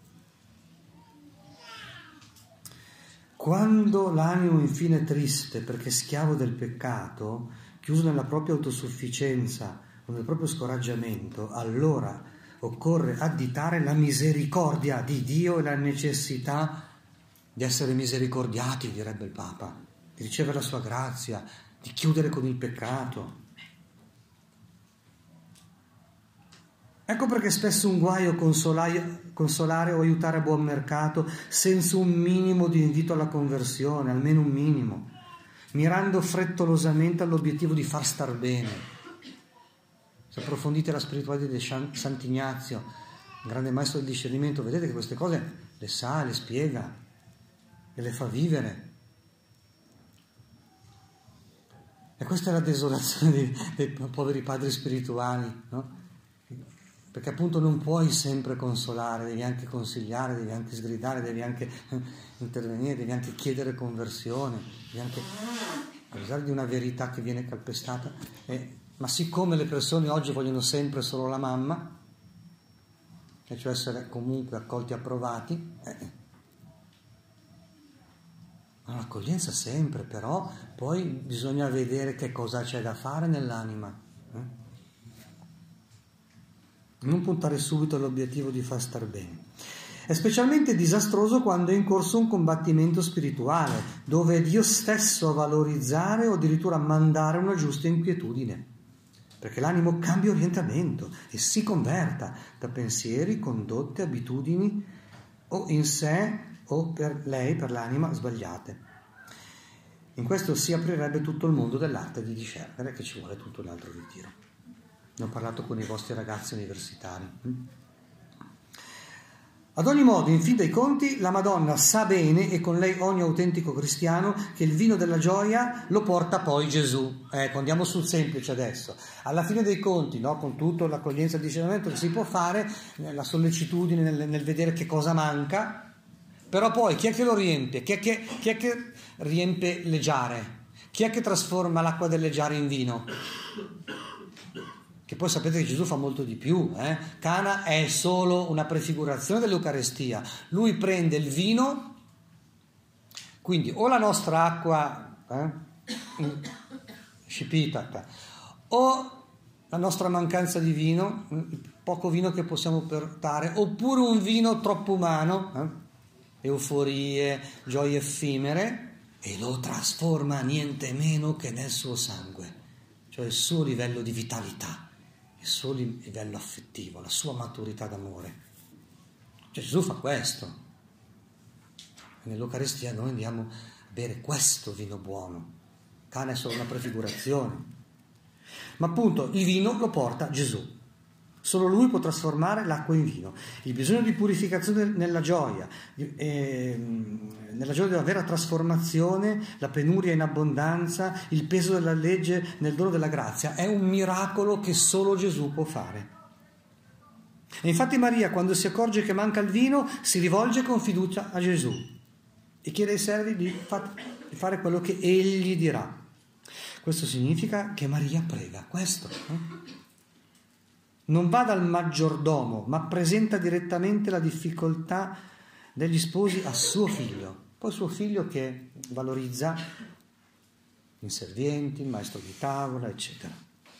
Quando l'animo infine è triste perché è schiavo del peccato, chiuso nella propria autosufficienza o nel proprio scoraggiamento, allora occorre additare la misericordia di Dio e la necessità di essere misericordiati, direbbe il Papa, di ricevere la sua grazia, di chiudere con il peccato. Ecco perché spesso un guaio consolare, consolare o aiutare a buon mercato senza un minimo di invito alla conversione, almeno un minimo, mirando frettolosamente all'obiettivo di far star bene. Se approfondite la spiritualità di Sant'Ignazio, grande maestro del discernimento, vedete che queste cose le sa, le spiega e le fa vivere. E questa è la desolazione dei, dei poveri padri spirituali, no? Perché appunto non puoi sempre consolare, devi anche consigliare, devi anche sgridare, devi anche intervenire, devi anche chiedere conversione, devi anche avvisare di una verità che viene calpestata. E, ma siccome le persone oggi vogliono sempre solo la mamma, e cioè essere comunque accolti e approvati, eh, l'accoglienza sempre, però poi bisogna vedere che cosa c'è da fare nell'anima. Eh? Non puntare subito all'obiettivo di far star bene. È specialmente disastroso quando è in corso un combattimento spirituale, dove è Dio stesso a valorizzare o addirittura a mandare una giusta inquietudine, perché l'animo cambia orientamento e si converta da pensieri, condotte, abitudini o in sé o per lei, per l'anima, sbagliate. In questo si aprirebbe tutto il mondo dell'arte di discernere, che ci vuole tutto un altro ritiro. Ne ho parlato con i vostri ragazzi universitari. Ad ogni modo, in fin dei conti, la Madonna sa bene, e con lei ogni autentico cristiano, che il vino della gioia lo porta poi Gesù. Ecco, andiamo sul semplice adesso. Alla fine dei conti, no, con tutta l'accoglienza e il discernimento che si può fare, la sollecitudine nel, nel vedere che cosa manca, però poi chi è che lo riempie? Chi è che, chi è che riempie le giare? Chi è che trasforma l'acqua delle giare in vino? Che poi sapete che Gesù fa molto di più, eh? Cana è solo una prefigurazione dell'Eucarestia. Lui prende il vino, quindi o la nostra acqua eh, scipitata, o la nostra mancanza di vino, il poco vino che possiamo portare, oppure un vino troppo umano, eh? euforie, gioie effimere, e lo trasforma niente meno che nel suo sangue, cioè il suo livello di vitalità, il suo livello affettivo, la sua maturità d'amore. Cioè Gesù fa questo. E nell'Eucaristia noi andiamo a bere questo vino buono. Cana è solo una prefigurazione. Ma appunto il vino lo porta Gesù. Solo Lui può trasformare l'acqua in vino. Il bisogno di purificazione nella gioia, eh, nella gioia della vera trasformazione, la penuria in abbondanza, il peso della legge nel dono della grazia, è un miracolo che solo Gesù può fare. E infatti Maria, quando si accorge che manca il vino, si rivolge con fiducia a Gesù e chiede ai servi di fare quello che Egli dirà. Questo significa che Maria prega, questo, eh? Non va dal maggiordomo, ma presenta direttamente la difficoltà degli sposi a suo figlio. Poi suo figlio che valorizza i servienti, il maestro di tavola, eccetera.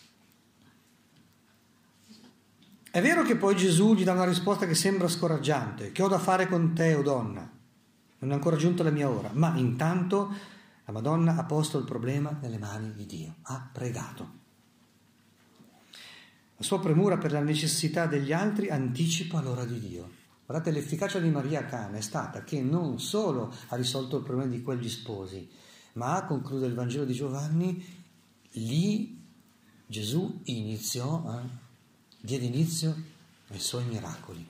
È vero che poi Gesù gli dà una risposta che sembra scoraggiante. Che ho da fare con te, o donna? Non è ancora giunta la mia ora. Ma intanto la Madonna ha posto il problema nelle mani di Dio. Ha pregato. La sua premura per la necessità degli altri anticipa l'ora di Dio. Guardate, l'efficacia di Maria a Cana è stata che non solo ha risolto il problema di quegli sposi, ma, conclude il Vangelo di Giovanni, lì Gesù iniziò, eh, diede inizio ai suoi miracoli.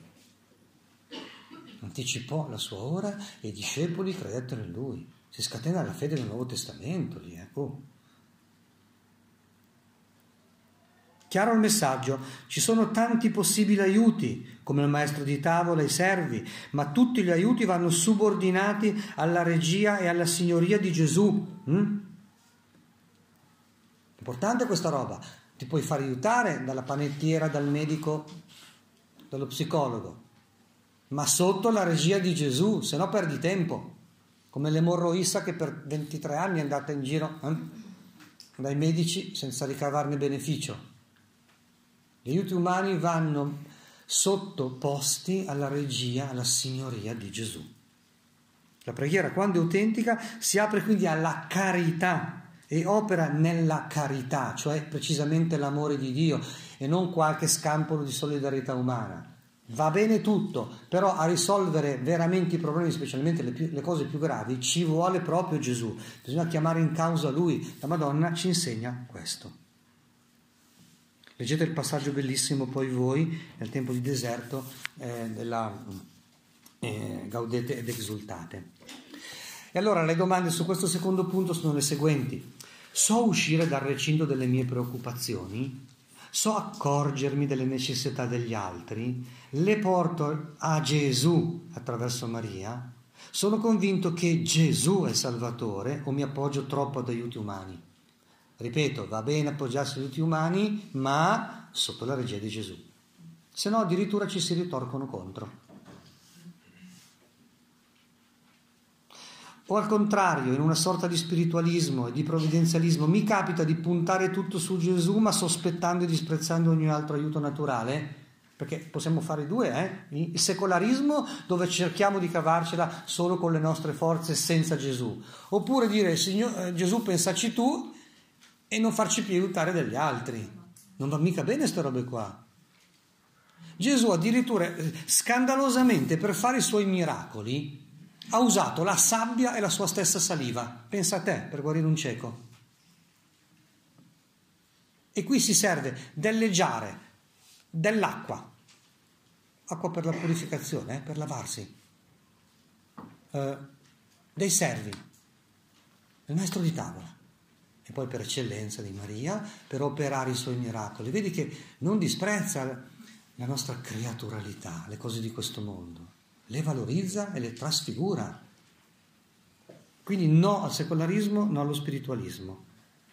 Anticipò la sua ora e i discepoli credettero in Lui. Si scatena la fede del Nuovo Testamento lì, eh. Oh. Chiaro il messaggio, ci sono tanti possibili aiuti, come il maestro di tavola e i servi, ma tutti gli aiuti vanno subordinati alla regia e alla signoria di Gesù. Mm? Importante questa roba, ti puoi far aiutare dalla panettiera, dal medico, dallo psicologo, ma sotto la regia di Gesù, se no perdi tempo, come l'emorroissa che per ventitré anni è andata in giro eh, dai medici senza ricavarne beneficio. Gli aiuti umani vanno sottoposti alla regia, alla signoria di Gesù. La preghiera, quando è autentica, si apre quindi alla carità e opera nella carità, cioè precisamente l'amore di Dio e non qualche scampolo di solidarietà umana. Va bene tutto, però a risolvere veramente i problemi, specialmente le, più, le cose più gravi, ci vuole proprio Gesù. Bisogna chiamare in causa Lui. La Madonna ci insegna questo. Leggete il passaggio bellissimo poi voi, nel tempo di deserto, eh, della eh, Gaudete ed Exultate. E allora le domande su questo secondo punto sono le seguenti. So uscire dal recinto delle mie preoccupazioni? So accorgermi delle necessità degli altri? Le porto a Gesù attraverso Maria? Sono convinto che Gesù è Salvatore o mi appoggio troppo ad aiuti umani? Ripeto, va bene appoggiarsi agli aiuti umani, ma sotto la regia di Gesù. Se no addirittura ci si ritorcono contro. O al contrario, in una sorta di spiritualismo e di provvidenzialismo, mi capita di puntare tutto su Gesù, ma sospettando e disprezzando ogni altro aiuto naturale, Perché possiamo fare due, eh? Il secolarismo dove cerchiamo di cavarcela solo con le nostre forze senza Gesù, oppure dire Signor, Gesù pensaci tu e non farci più aiutare dagli altri. Non va mica bene queste robe qua. Gesù addirittura scandalosamente per fare i suoi miracoli ha usato la sabbia e la sua stessa saliva. Pensa a te, per guarire un cieco. E qui si serve del leggiare, dell'acqua, acqua per la purificazione, eh, per lavarsi, eh, dei servi, del maestro di tavola, e poi per eccellenza di Maria, per operare i suoi miracoli. Vedi che non disprezza la nostra creaturalità, le cose di questo mondo, le valorizza e le trasfigura. Quindi no al secolarismo, no allo spiritualismo.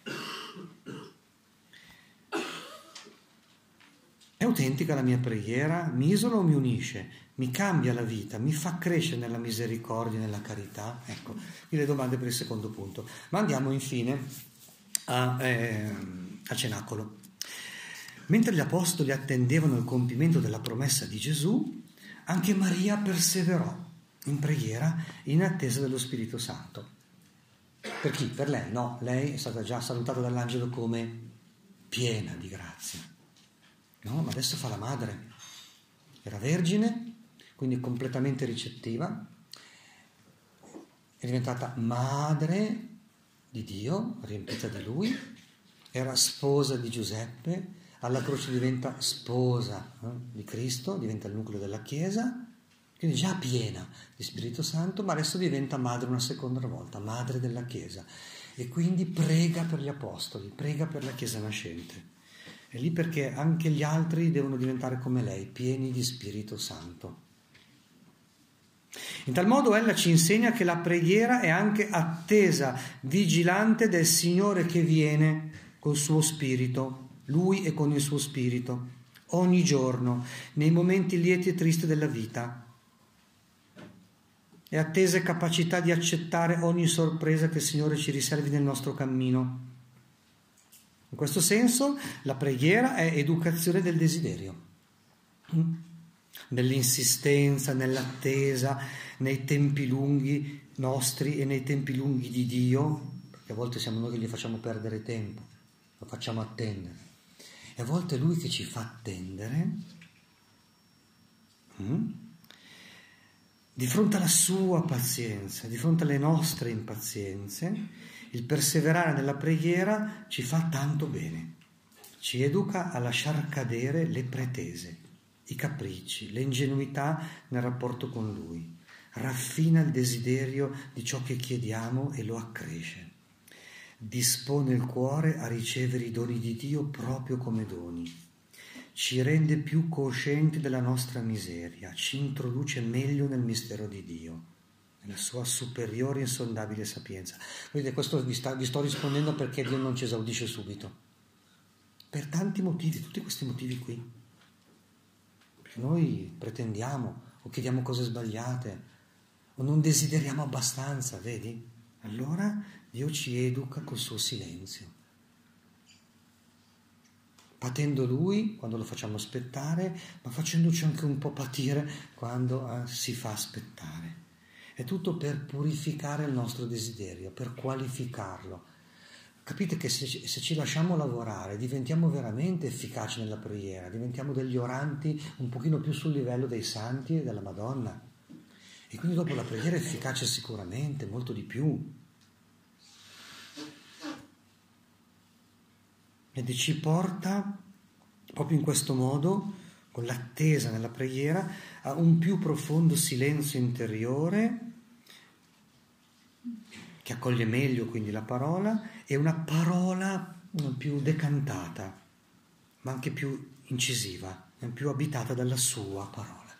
È autentica la mia preghiera? Mi isola o mi unisce? Mi cambia la vita? Mi fa crescere nella misericordia e nella carità? Ecco, qui le domande per il secondo punto. Ma andiamo infine a, eh, a Cenacolo. Mentre gli apostoli attendevano il compimento della promessa di Gesù, anche Maria perseverò in preghiera in attesa dello Spirito Santo. Per chi? Per lei? No, lei è stata già salutata dall'angelo come piena di grazia. No, ma adesso fa la madre. Era vergine, quindi completamente ricettiva, è diventata madre di Dio, riempita da Lui, era sposa di Giuseppe, alla croce diventa sposa eh, di Cristo, diventa il nucleo della Chiesa, quindi già piena di Spirito Santo, ma adesso diventa madre una seconda volta, madre della Chiesa, e quindi prega per gli apostoli, prega per la Chiesa nascente. È lì perché anche gli altri devono diventare come lei, pieni di Spirito Santo. In tal modo ella ci insegna che la preghiera è anche attesa, vigilante del Signore che viene col suo Spirito, Lui e con il suo Spirito, ogni giorno, nei momenti lieti e tristi della vita. È attesa e capacità di accettare ogni sorpresa che il Signore ci riservi nel nostro cammino. In questo senso la preghiera è educazione del desiderio, nell'insistenza, nell'attesa, nei tempi lunghi nostri e nei tempi lunghi di Dio, perché a volte siamo noi che gli facciamo perdere tempo, lo facciamo attendere, e a volte è Lui che ci fa attendere, di fronte alla sua pazienza, di fronte alle nostre impazienze. Il perseverare nella preghiera ci fa tanto bene, ci educa a lasciar cadere le pretese, i capricci, le ingenuità nel rapporto con Lui, raffina il desiderio di ciò che chiediamo e lo accresce, dispone il cuore a ricevere i doni di Dio proprio come doni, ci rende più coscienti della nostra miseria, ci introduce meglio nel mistero di Dio, nella sua superiore e insondabile sapienza. Vedete, questo vi, sta, vi sto rispondendo perché Dio non ci esaudisce subito, per tanti motivi, tutti questi motivi qui. Perché noi pretendiamo o chiediamo cose sbagliate o non desideriamo abbastanza, vedi? Allora Dio ci educa col suo silenzio, patendo Lui quando lo facciamo aspettare, ma facendoci anche un po' patire quando eh, si fa aspettare. È tutto per purificare il nostro desiderio, per qualificarlo. Capite che se, se ci lasciamo lavorare diventiamo veramente efficaci nella preghiera, diventiamo degli oranti un pochino più sul livello dei santi e della Madonna. E quindi dopo la preghiera è efficace sicuramente, molto di più. Ed ci porta proprio in questo modo, con l'attesa nella preghiera, a un più profondo silenzio interiore che accoglie meglio quindi la parola, e una parola più decantata, ma anche più incisiva, più abitata dalla sua parola.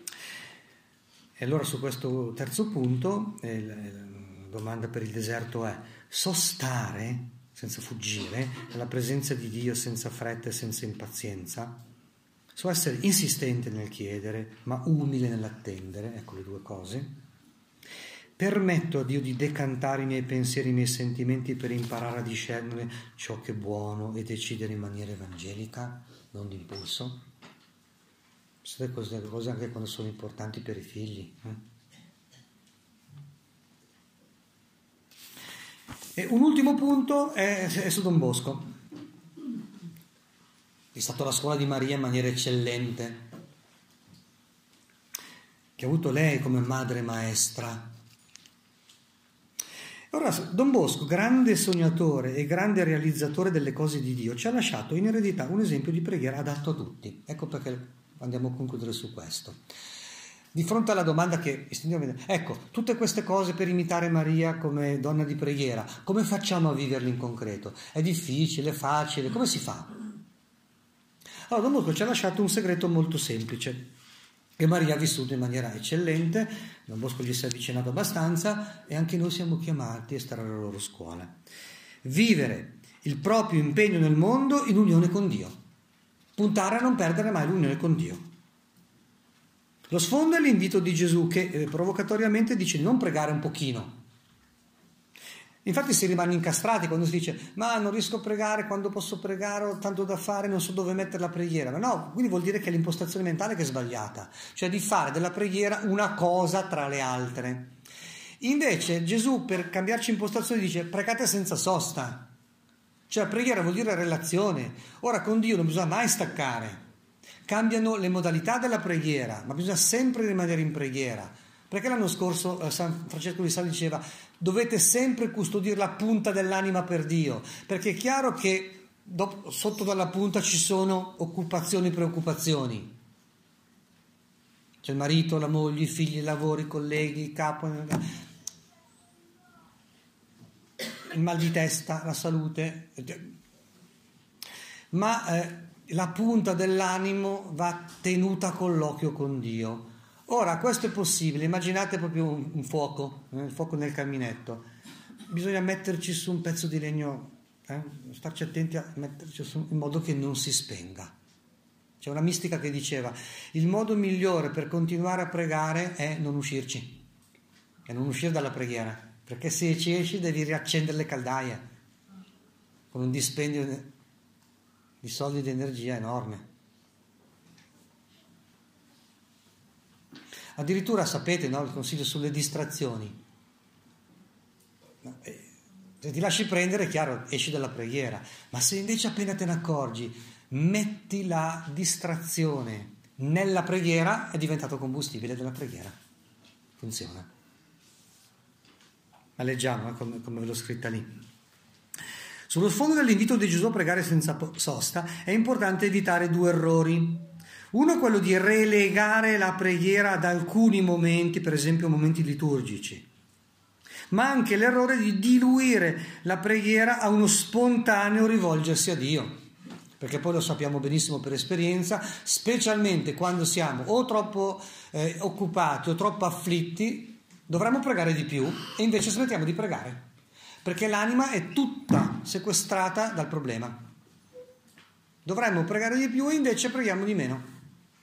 E allora su questo terzo punto, eh, la domanda per il deserto è: so stare senza fuggire nella presenza di Dio, senza fretta e senza impazienza? So essere insistente nel chiedere, ma umile nell'attendere, ecco le due cose. Permetto a Dio di decantare i miei pensieri, i miei sentimenti per imparare a discernere ciò che è buono e decidere in maniera evangelica, non d'impulso. Queste cose, cose anche quando sono importanti per i figli. Eh? E un ultimo punto è, è su Don Bosco. È stato la scuola di Maria in maniera eccellente, che ha avuto lei come madre maestra. Ora, Don Bosco, grande sognatore e grande realizzatore delle cose di Dio, ci ha lasciato in eredità un esempio di preghiera adatto a tutti. Ecco perché andiamo a concludere su questo. Di fronte alla domanda che, ecco, tutte queste cose per imitare Maria come donna di preghiera, come facciamo a viverle in concreto? È difficile, facile, come si fa? Allora, Don Bosco ci ha lasciato un segreto molto semplice, che Maria ha vissuto in maniera eccellente. Don Bosco gli si è avvicinato abbastanza e anche noi siamo chiamati a stare alla loro scuola. Vivere il proprio impegno nel mondo in unione con Dio. Puntare a non perdere mai l'unione con Dio. Lo sfondo è l'invito di Gesù che eh, provocatoriamente dice di non pregare un pochino. Infatti si rimane incastrati quando si dice ma non riesco a pregare, quando posso pregare ho tanto da fare, non so dove mettere la preghiera. Ma no, quindi vuol dire che è l'impostazione mentale che è sbagliata, cioè di fare della preghiera una cosa tra le altre. Invece Gesù, per cambiarci impostazione, dice pregate senza sosta, cioè preghiera vuol dire relazione. Ora con Dio non bisogna mai staccare, cambiano le modalità della preghiera, ma bisogna sempre rimanere in preghiera. Perché l'anno scorso eh, San Francesco di Sales diceva dovete sempre custodire la punta dell'anima per Dio, perché è chiaro che dopo, sotto dalla punta ci sono occupazioni e preoccupazioni. C'è il marito, la moglie, i figli, i lavori, i colleghi, il capo, il mal di testa, la salute. Ma eh, la punta dell'animo va tenuta con l'occhio con Dio. Ora, questo è possibile, immaginate proprio un, un fuoco, eh, il fuoco nel caminetto, bisogna metterci su un pezzo di legno, eh, starci attenti a metterci su in modo che non si spenga. C'è una mistica che diceva, il modo migliore per continuare a pregare è non uscirci, è non uscire dalla preghiera, perché se ci esci devi riaccendere le caldaie, con un dispendio di soldi e di energia enorme. Addirittura sapete, no, il consiglio sulle distrazioni. Se ti lasci prendere, è chiaro, esci dalla preghiera. Ma se invece appena te ne accorgi, metti la distrazione nella preghiera, è diventato combustibile della preghiera. Funziona. Ma leggiamo, eh, come, come ve l'ho scritta lì. Sullo sfondo dell'invito di Gesù a pregare senza sosta, è importante evitare due errori. Uno è quello di relegare la preghiera ad alcuni momenti, per esempio momenti liturgici, ma anche l'errore di diluire la preghiera a uno spontaneo rivolgersi a Dio, perché poi lo sappiamo benissimo per esperienza, specialmente quando siamo o troppo eh, occupati o troppo afflitti, dovremmo pregare di più e invece smettiamo di pregare, perché l'anima è tutta sequestrata dal problema. Dovremmo pregare di più e invece preghiamo di meno.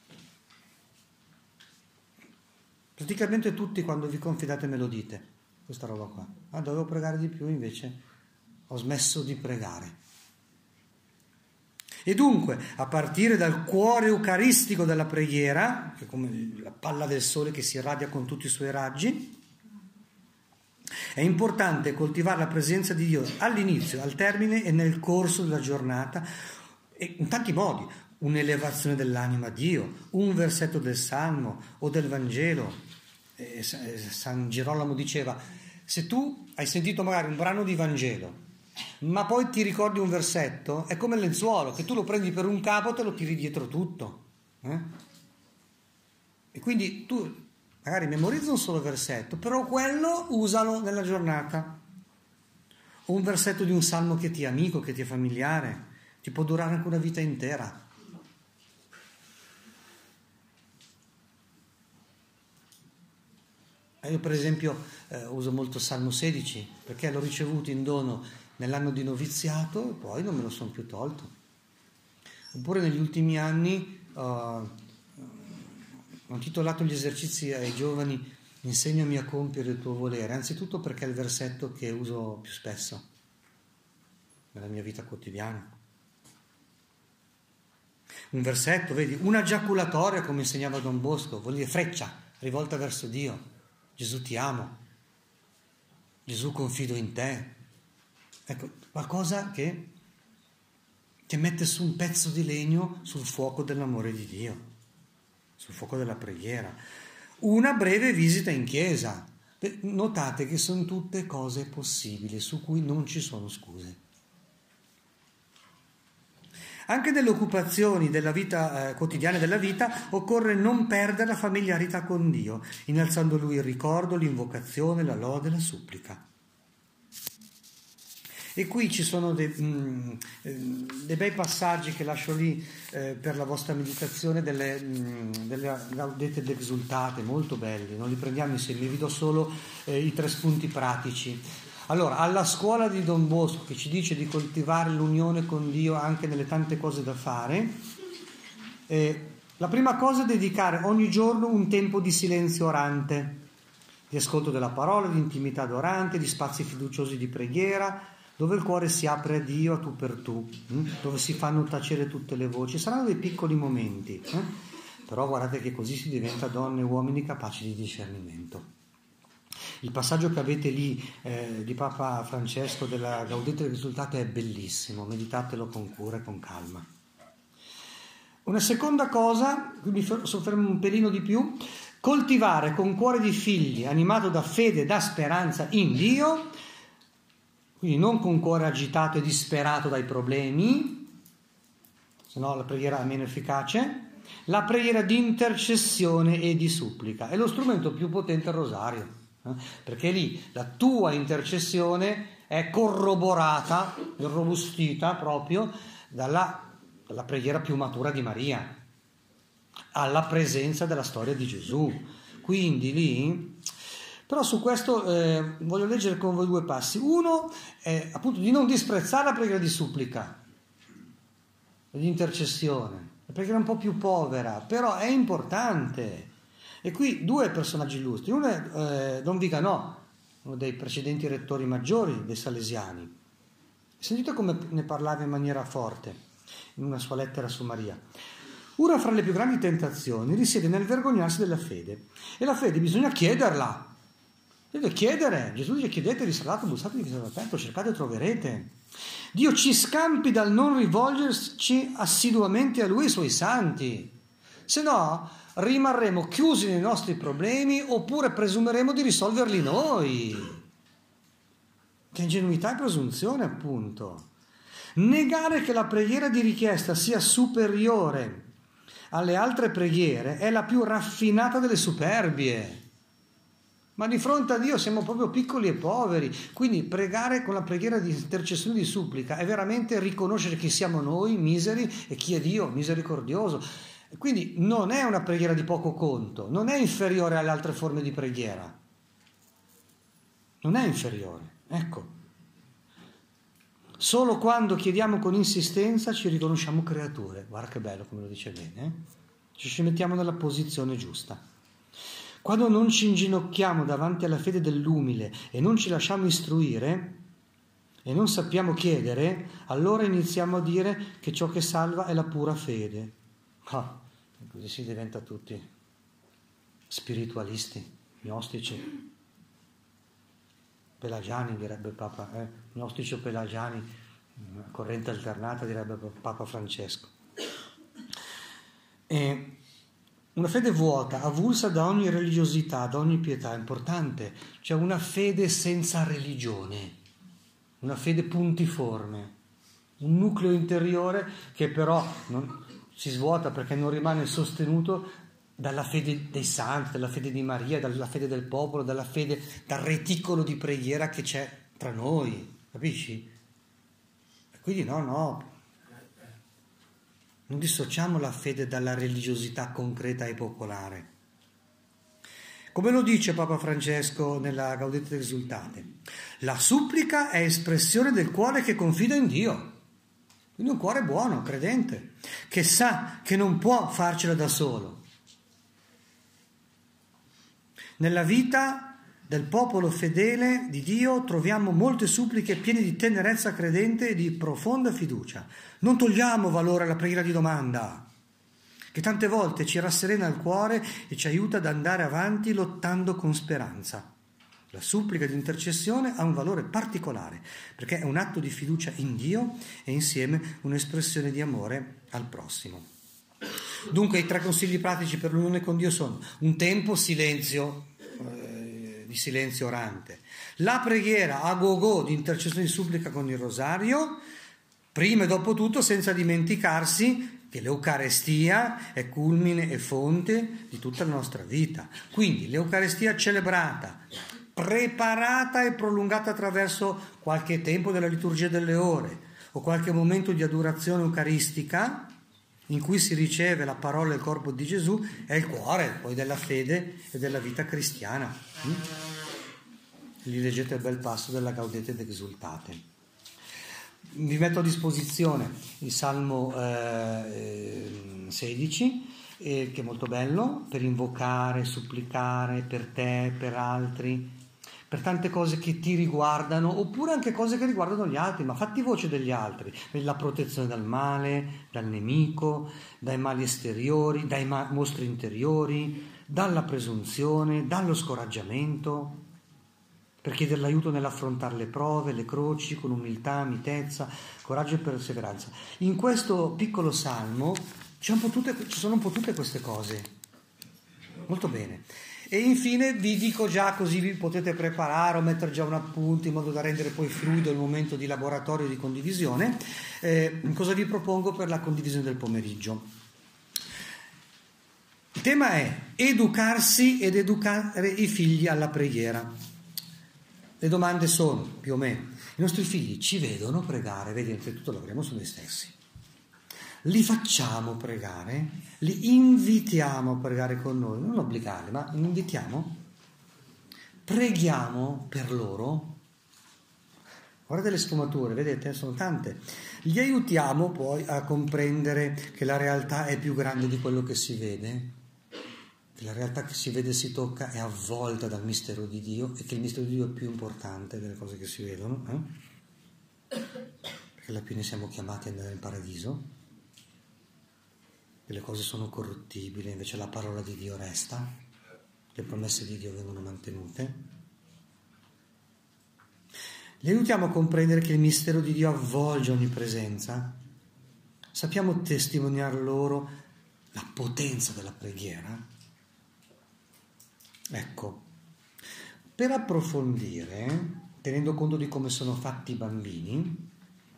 Praticamente tutti quando vi confidate me lo dite, questa roba qua. Ah, dovevo pregare di più, invece ho smesso di pregare. E dunque, a partire dal cuore eucaristico della preghiera, che è come la palla del sole che si irradia con tutti i suoi raggi, è importante coltivare la presenza di Dio all'inizio, al termine e nel corso della giornata, e in tanti modi. Un'elevazione dell'anima a Dio, un versetto del Salmo o del Vangelo. Eh, San Girolamo diceva, se tu hai sentito magari un brano di Vangelo, ma poi ti ricordi un versetto, è come il lenzuolo, che tu lo prendi per un capo e te lo tiri dietro tutto. Eh? E quindi tu magari memorizza un solo versetto, però quello usalo nella giornata. O un versetto di un salmo che ti è amico, che ti è familiare, ti può durare anche una vita intera. Io per esempio eh, uso molto Salmo sedici perché l'ho ricevuto in dono nell'anno di noviziato e poi non me lo sono più tolto. Oppure negli ultimi anni uh, ho intitolato gli esercizi ai giovani Insegnami a compiere il tuo volere, anzitutto perché è il versetto che uso più spesso nella mia vita quotidiana. un versetto, vedi, una giaculatoria, come insegnava Don Bosco, vuol dire freccia, rivolta verso Dio. Gesù ti amo, Gesù confido in te. Ecco, qualcosa che, che mette su un pezzo di legno sul fuoco dell'amore di Dio, sul fuoco della preghiera. Una breve visita in chiesa. Notate che sono tutte cose possibili, su cui non ci sono scuse. Anche nelle occupazioni della vita eh, quotidiana della vita occorre non perdere la familiarità con Dio, innalzando Lui il ricordo, l'invocazione, la lode, la supplica. E qui ci sono dei, mh, dei bei passaggi che lascio lì eh, per la vostra meditazione, delle, mh, delle Gaudete ed Exsultate, molto belli, non li prendiamo insieme, vi do solo eh, i tre spunti pratici. Allora, alla scuola di Don Bosco, che ci dice di coltivare l'unione con Dio anche nelle tante cose da fare, eh, la prima cosa è dedicare ogni giorno un tempo di silenzio orante, di ascolto della parola, di intimità adorante, di spazi fiduciosi di preghiera, dove il cuore si apre a Dio a tu per tu, dove si fanno tacere tutte le voci. Saranno dei piccoli momenti, eh? Però guardate che così si diventa donne e uomini capaci di discernimento. Il passaggio che avete lì eh, di Papa Francesco della Gaudete ed Exsultate è bellissimo, meditatelo con cura e con calma. Una seconda cosa, qui mi soffermo un pelino di più, coltivare con cuore di figli, animato da fede e da speranza in Dio, quindi non con cuore agitato e disperato dai problemi, se no la preghiera è meno efficace, la preghiera di intercessione e di supplica. È lo strumento più potente il rosario, eh? Perché lì la tua intercessione è corroborata, irrobustita proprio dalla, dalla preghiera più matura di Maria, alla presenza della storia di Gesù. Quindi lì... Però su questo eh, voglio leggere con voi due passi. Uno è appunto di non disprezzare la preghiera di supplica, di intercessione. La preghiera è un po' più povera, però è importante. E qui due personaggi illustri. Uno è eh, Don Viganò, uno dei precedenti rettori maggiori dei Salesiani. Sentite come ne parlava in maniera forte in una sua lettera su Maria. Una fra le più grandi tentazioni risiede nel vergognarsi della fede. E la fede bisogna chiederla. Deve chiedere. Gesù dice: chiedete, vi sarà dato, bussate, vi sarà aperto, cercate e troverete. Dio ci scampi dal non rivolgerci assiduamente a Lui e ai Suoi santi, se no rimarremo chiusi nei nostri problemi oppure presumeremo di risolverli noi. Che ingenuità e presunzione, appunto. Negare che la preghiera di richiesta sia superiore alle altre preghiere è la più raffinata delle superbie. Ma di fronte a Dio siamo proprio piccoli e poveri, quindi pregare con la preghiera di intercessione e di supplica è veramente riconoscere chi siamo noi, miseri, e chi è Dio, misericordioso. Quindi non è una preghiera di poco conto, non è inferiore alle altre forme di preghiera. Non è inferiore, ecco. Solo quando chiediamo con insistenza ci riconosciamo creature. Guarda che bello come lo dice bene, eh? Ci mettiamo nella posizione giusta. Quando non ci inginocchiamo davanti alla fede dell'umile e non ci lasciamo istruire e non sappiamo chiedere, allora iniziamo a dire che ciò che salva è la pura fede. Ah, così si diventa tutti spiritualisti, gnostici, pelagiani direbbe Papa, eh? gnostici o pelagiani, corrente alternata direbbe Papa Francesco. E una fede vuota, avulsa da ogni religiosità, da ogni pietà, è importante. Cioè una fede senza religione, una fede puntiforme, un nucleo interiore che però non, si svuota perché non rimane sostenuto dalla fede dei santi, dalla fede di Maria, dalla fede del popolo, dalla fede, dal reticolo di preghiera che c'è tra noi, capisci? E quindi no, no. Non dissociamo la fede dalla religiosità concreta e popolare. Come lo dice Papa Francesco nella Gaudete ed Exsultate, la supplica è espressione del cuore che confida in Dio. Quindi un cuore buono, credente, che sa che non può farcela da solo. Nella vita del popolo fedele di Dio troviamo molte suppliche piene di tenerezza credente e di profonda fiducia. Non togliamo valore alla preghiera di domanda, che tante volte ci rasserena il cuore e ci aiuta ad andare avanti lottando con speranza. La supplica di intercessione ha un valore particolare, perché è un atto di fiducia in Dio e insieme un'espressione di amore al prossimo. Dunque i tre consigli pratici per l'unione con Dio sono: un tempo silenzio, eh, di silenzio orante, la preghiera a go-go di intercessione di supplica con il rosario, prima e dopo tutto senza dimenticarsi che l'Eucarestia è culmine e fonte di tutta la nostra vita. Quindi l'Eucarestia celebrata, preparata e prolungata attraverso qualche tempo della liturgia delle ore o qualche momento di adorazione eucaristica in cui si riceve la parola e il corpo di Gesù, è il cuore poi della fede e della vita cristiana. Lì leggete il bel passo della Gaudete ed Exultate. Vi metto a disposizione il Salmo eh, sedici, eh, che è molto bello, per invocare, supplicare per te, per altri, per tante cose che ti riguardano, oppure anche cose che riguardano gli altri, ma fatti voce degli altri, la protezione dal male, dal nemico, dai mali esteriori, dai ma- mostri interiori, dalla presunzione, dallo scoraggiamento, per chiedere l'aiuto nell'affrontare le prove, le croci, con umiltà, mitezza, coraggio e perseveranza. In questo piccolo salmo c'è un po' tutte, ci sono un po' tutte queste cose. Molto bene. E infine vi dico già, così vi potete preparare o mettere già un appunto in modo da rendere poi fluido il momento di laboratorio e di condivisione, eh, cosa vi propongo per la condivisione del pomeriggio. Il tema è educarsi ed educare i figli alla preghiera. Le domande sono, più o meno, i nostri figli ci vedono pregare? Vedi, innanzitutto lavoriamo su noi stessi. Li facciamo pregare? Li invitiamo a pregare con noi? Non obbligarli, ma li invitiamo? Preghiamo per loro? Guardate le sfumature, vedete, sono tante. Li aiutiamo poi a comprendere che la realtà è più grande di quello che si vede? Che la realtà che si vede e si tocca è avvolta dal mistero di Dio e che il mistero di Dio è più importante delle cose che si vedono, eh? Perché alla fine siamo chiamati ad andare in paradiso, e le cose sono corruttibili, invece la parola di Dio resta, le promesse di Dio vengono mantenute. Li aiutiamo a comprendere che il mistero di Dio avvolge ogni presenza, sappiamo testimoniare loro la potenza della preghiera. Ecco, per approfondire, tenendo conto di come sono fatti i bambini,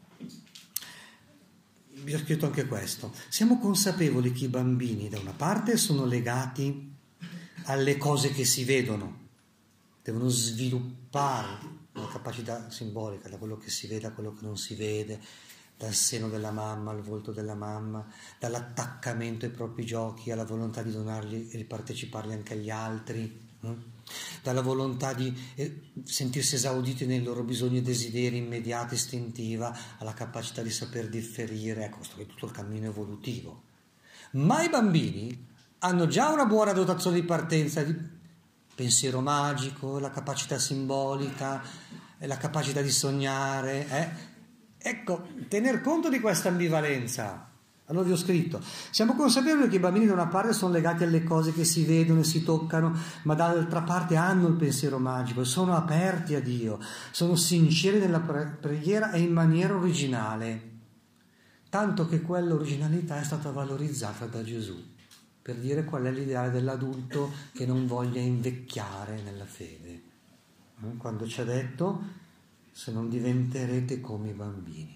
vi ho scritto anche questo. Siamo consapevoli che i bambini, da una parte, sono legati alle cose che si vedono, devono sviluppare una capacità simbolica da quello che si vede a quello che non si vede, dal seno della mamma al volto della mamma, dall'attaccamento ai propri giochi alla volontà di donarli e di parteciparli anche agli altri, hm? dalla volontà di sentirsi esauditi nei loro bisogni e desideri immediati, istintiva, alla capacità di saper differire. Ecco, questo è tutto il cammino evolutivo. Ma i bambini hanno già una buona dotazione di partenza di pensiero magico, la capacità simbolica, la capacità di sognare, eh? Ecco, tener conto di questa ambivalenza. Allora vi ho scritto, siamo consapevoli che i bambini da una parte sono legati alle cose che si vedono e si toccano, ma dall'altra parte hanno il pensiero magico, sono aperti a Dio, sono sinceri nella preghiera e in maniera originale, tanto che quell'originalità è stata valorizzata da Gesù, per dire qual è l'ideale dell'adulto che non voglia invecchiare nella fede. Quando ci ha detto, se non diventerete come i bambini.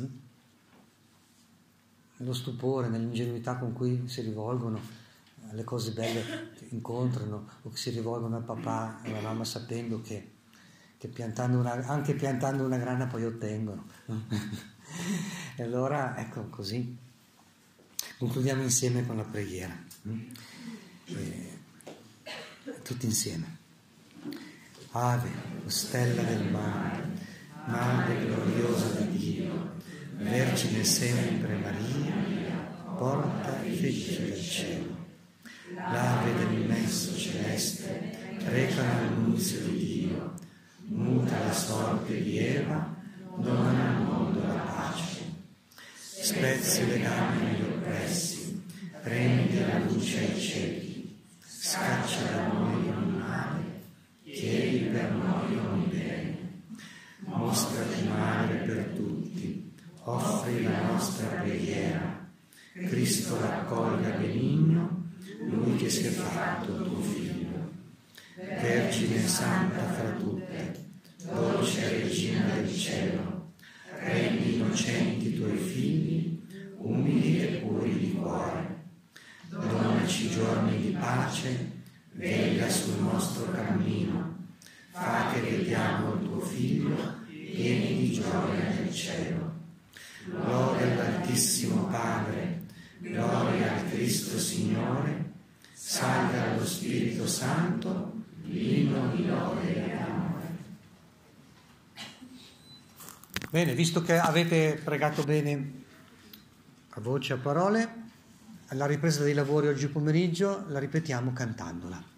Nello stupore, nell'ingenuità con cui si rivolgono alle cose belle che incontrano, o che si rivolgono al papà e alla mamma sapendo che, che piantando una, anche piantando una grana poi ottengono. E allora, ecco, così concludiamo insieme con la preghiera. E, tutti insieme. Ave, stella del mare, Madre gloriosa di Dio, Vergine sempre Maria, porta i figli del cielo. L'ave dell'immenso celeste reca l'annunzio di Dio, muta la sorte di Eva, dona al mondo la pace. Spezzi i legami agli oppressi, Rendi la luce ai ciechi, scaccia da noi ogni male, chiedi per noi ogni bene. Mostrati madre per tutti, offri la nostra preghiera. Cristo raccolga benigno, lui che si è fatto tuo figlio. Vergine santa fra tutte, dolce regina del cielo, rendi innocenti i tuoi figli, umili e puri di cuore. Donaci giorni di pace, veglia sul nostro cammino, fa che vediamo il tuo figlio pieni di gioia nel cielo. Gloria all'Altissimo Padre, gloria al Cristo Signore, salve allo Spirito Santo, l'inno di lode e amore. Bene, visto che avete pregato bene a voce, a parole, alla ripresa dei lavori oggi pomeriggio la ripetiamo cantandola.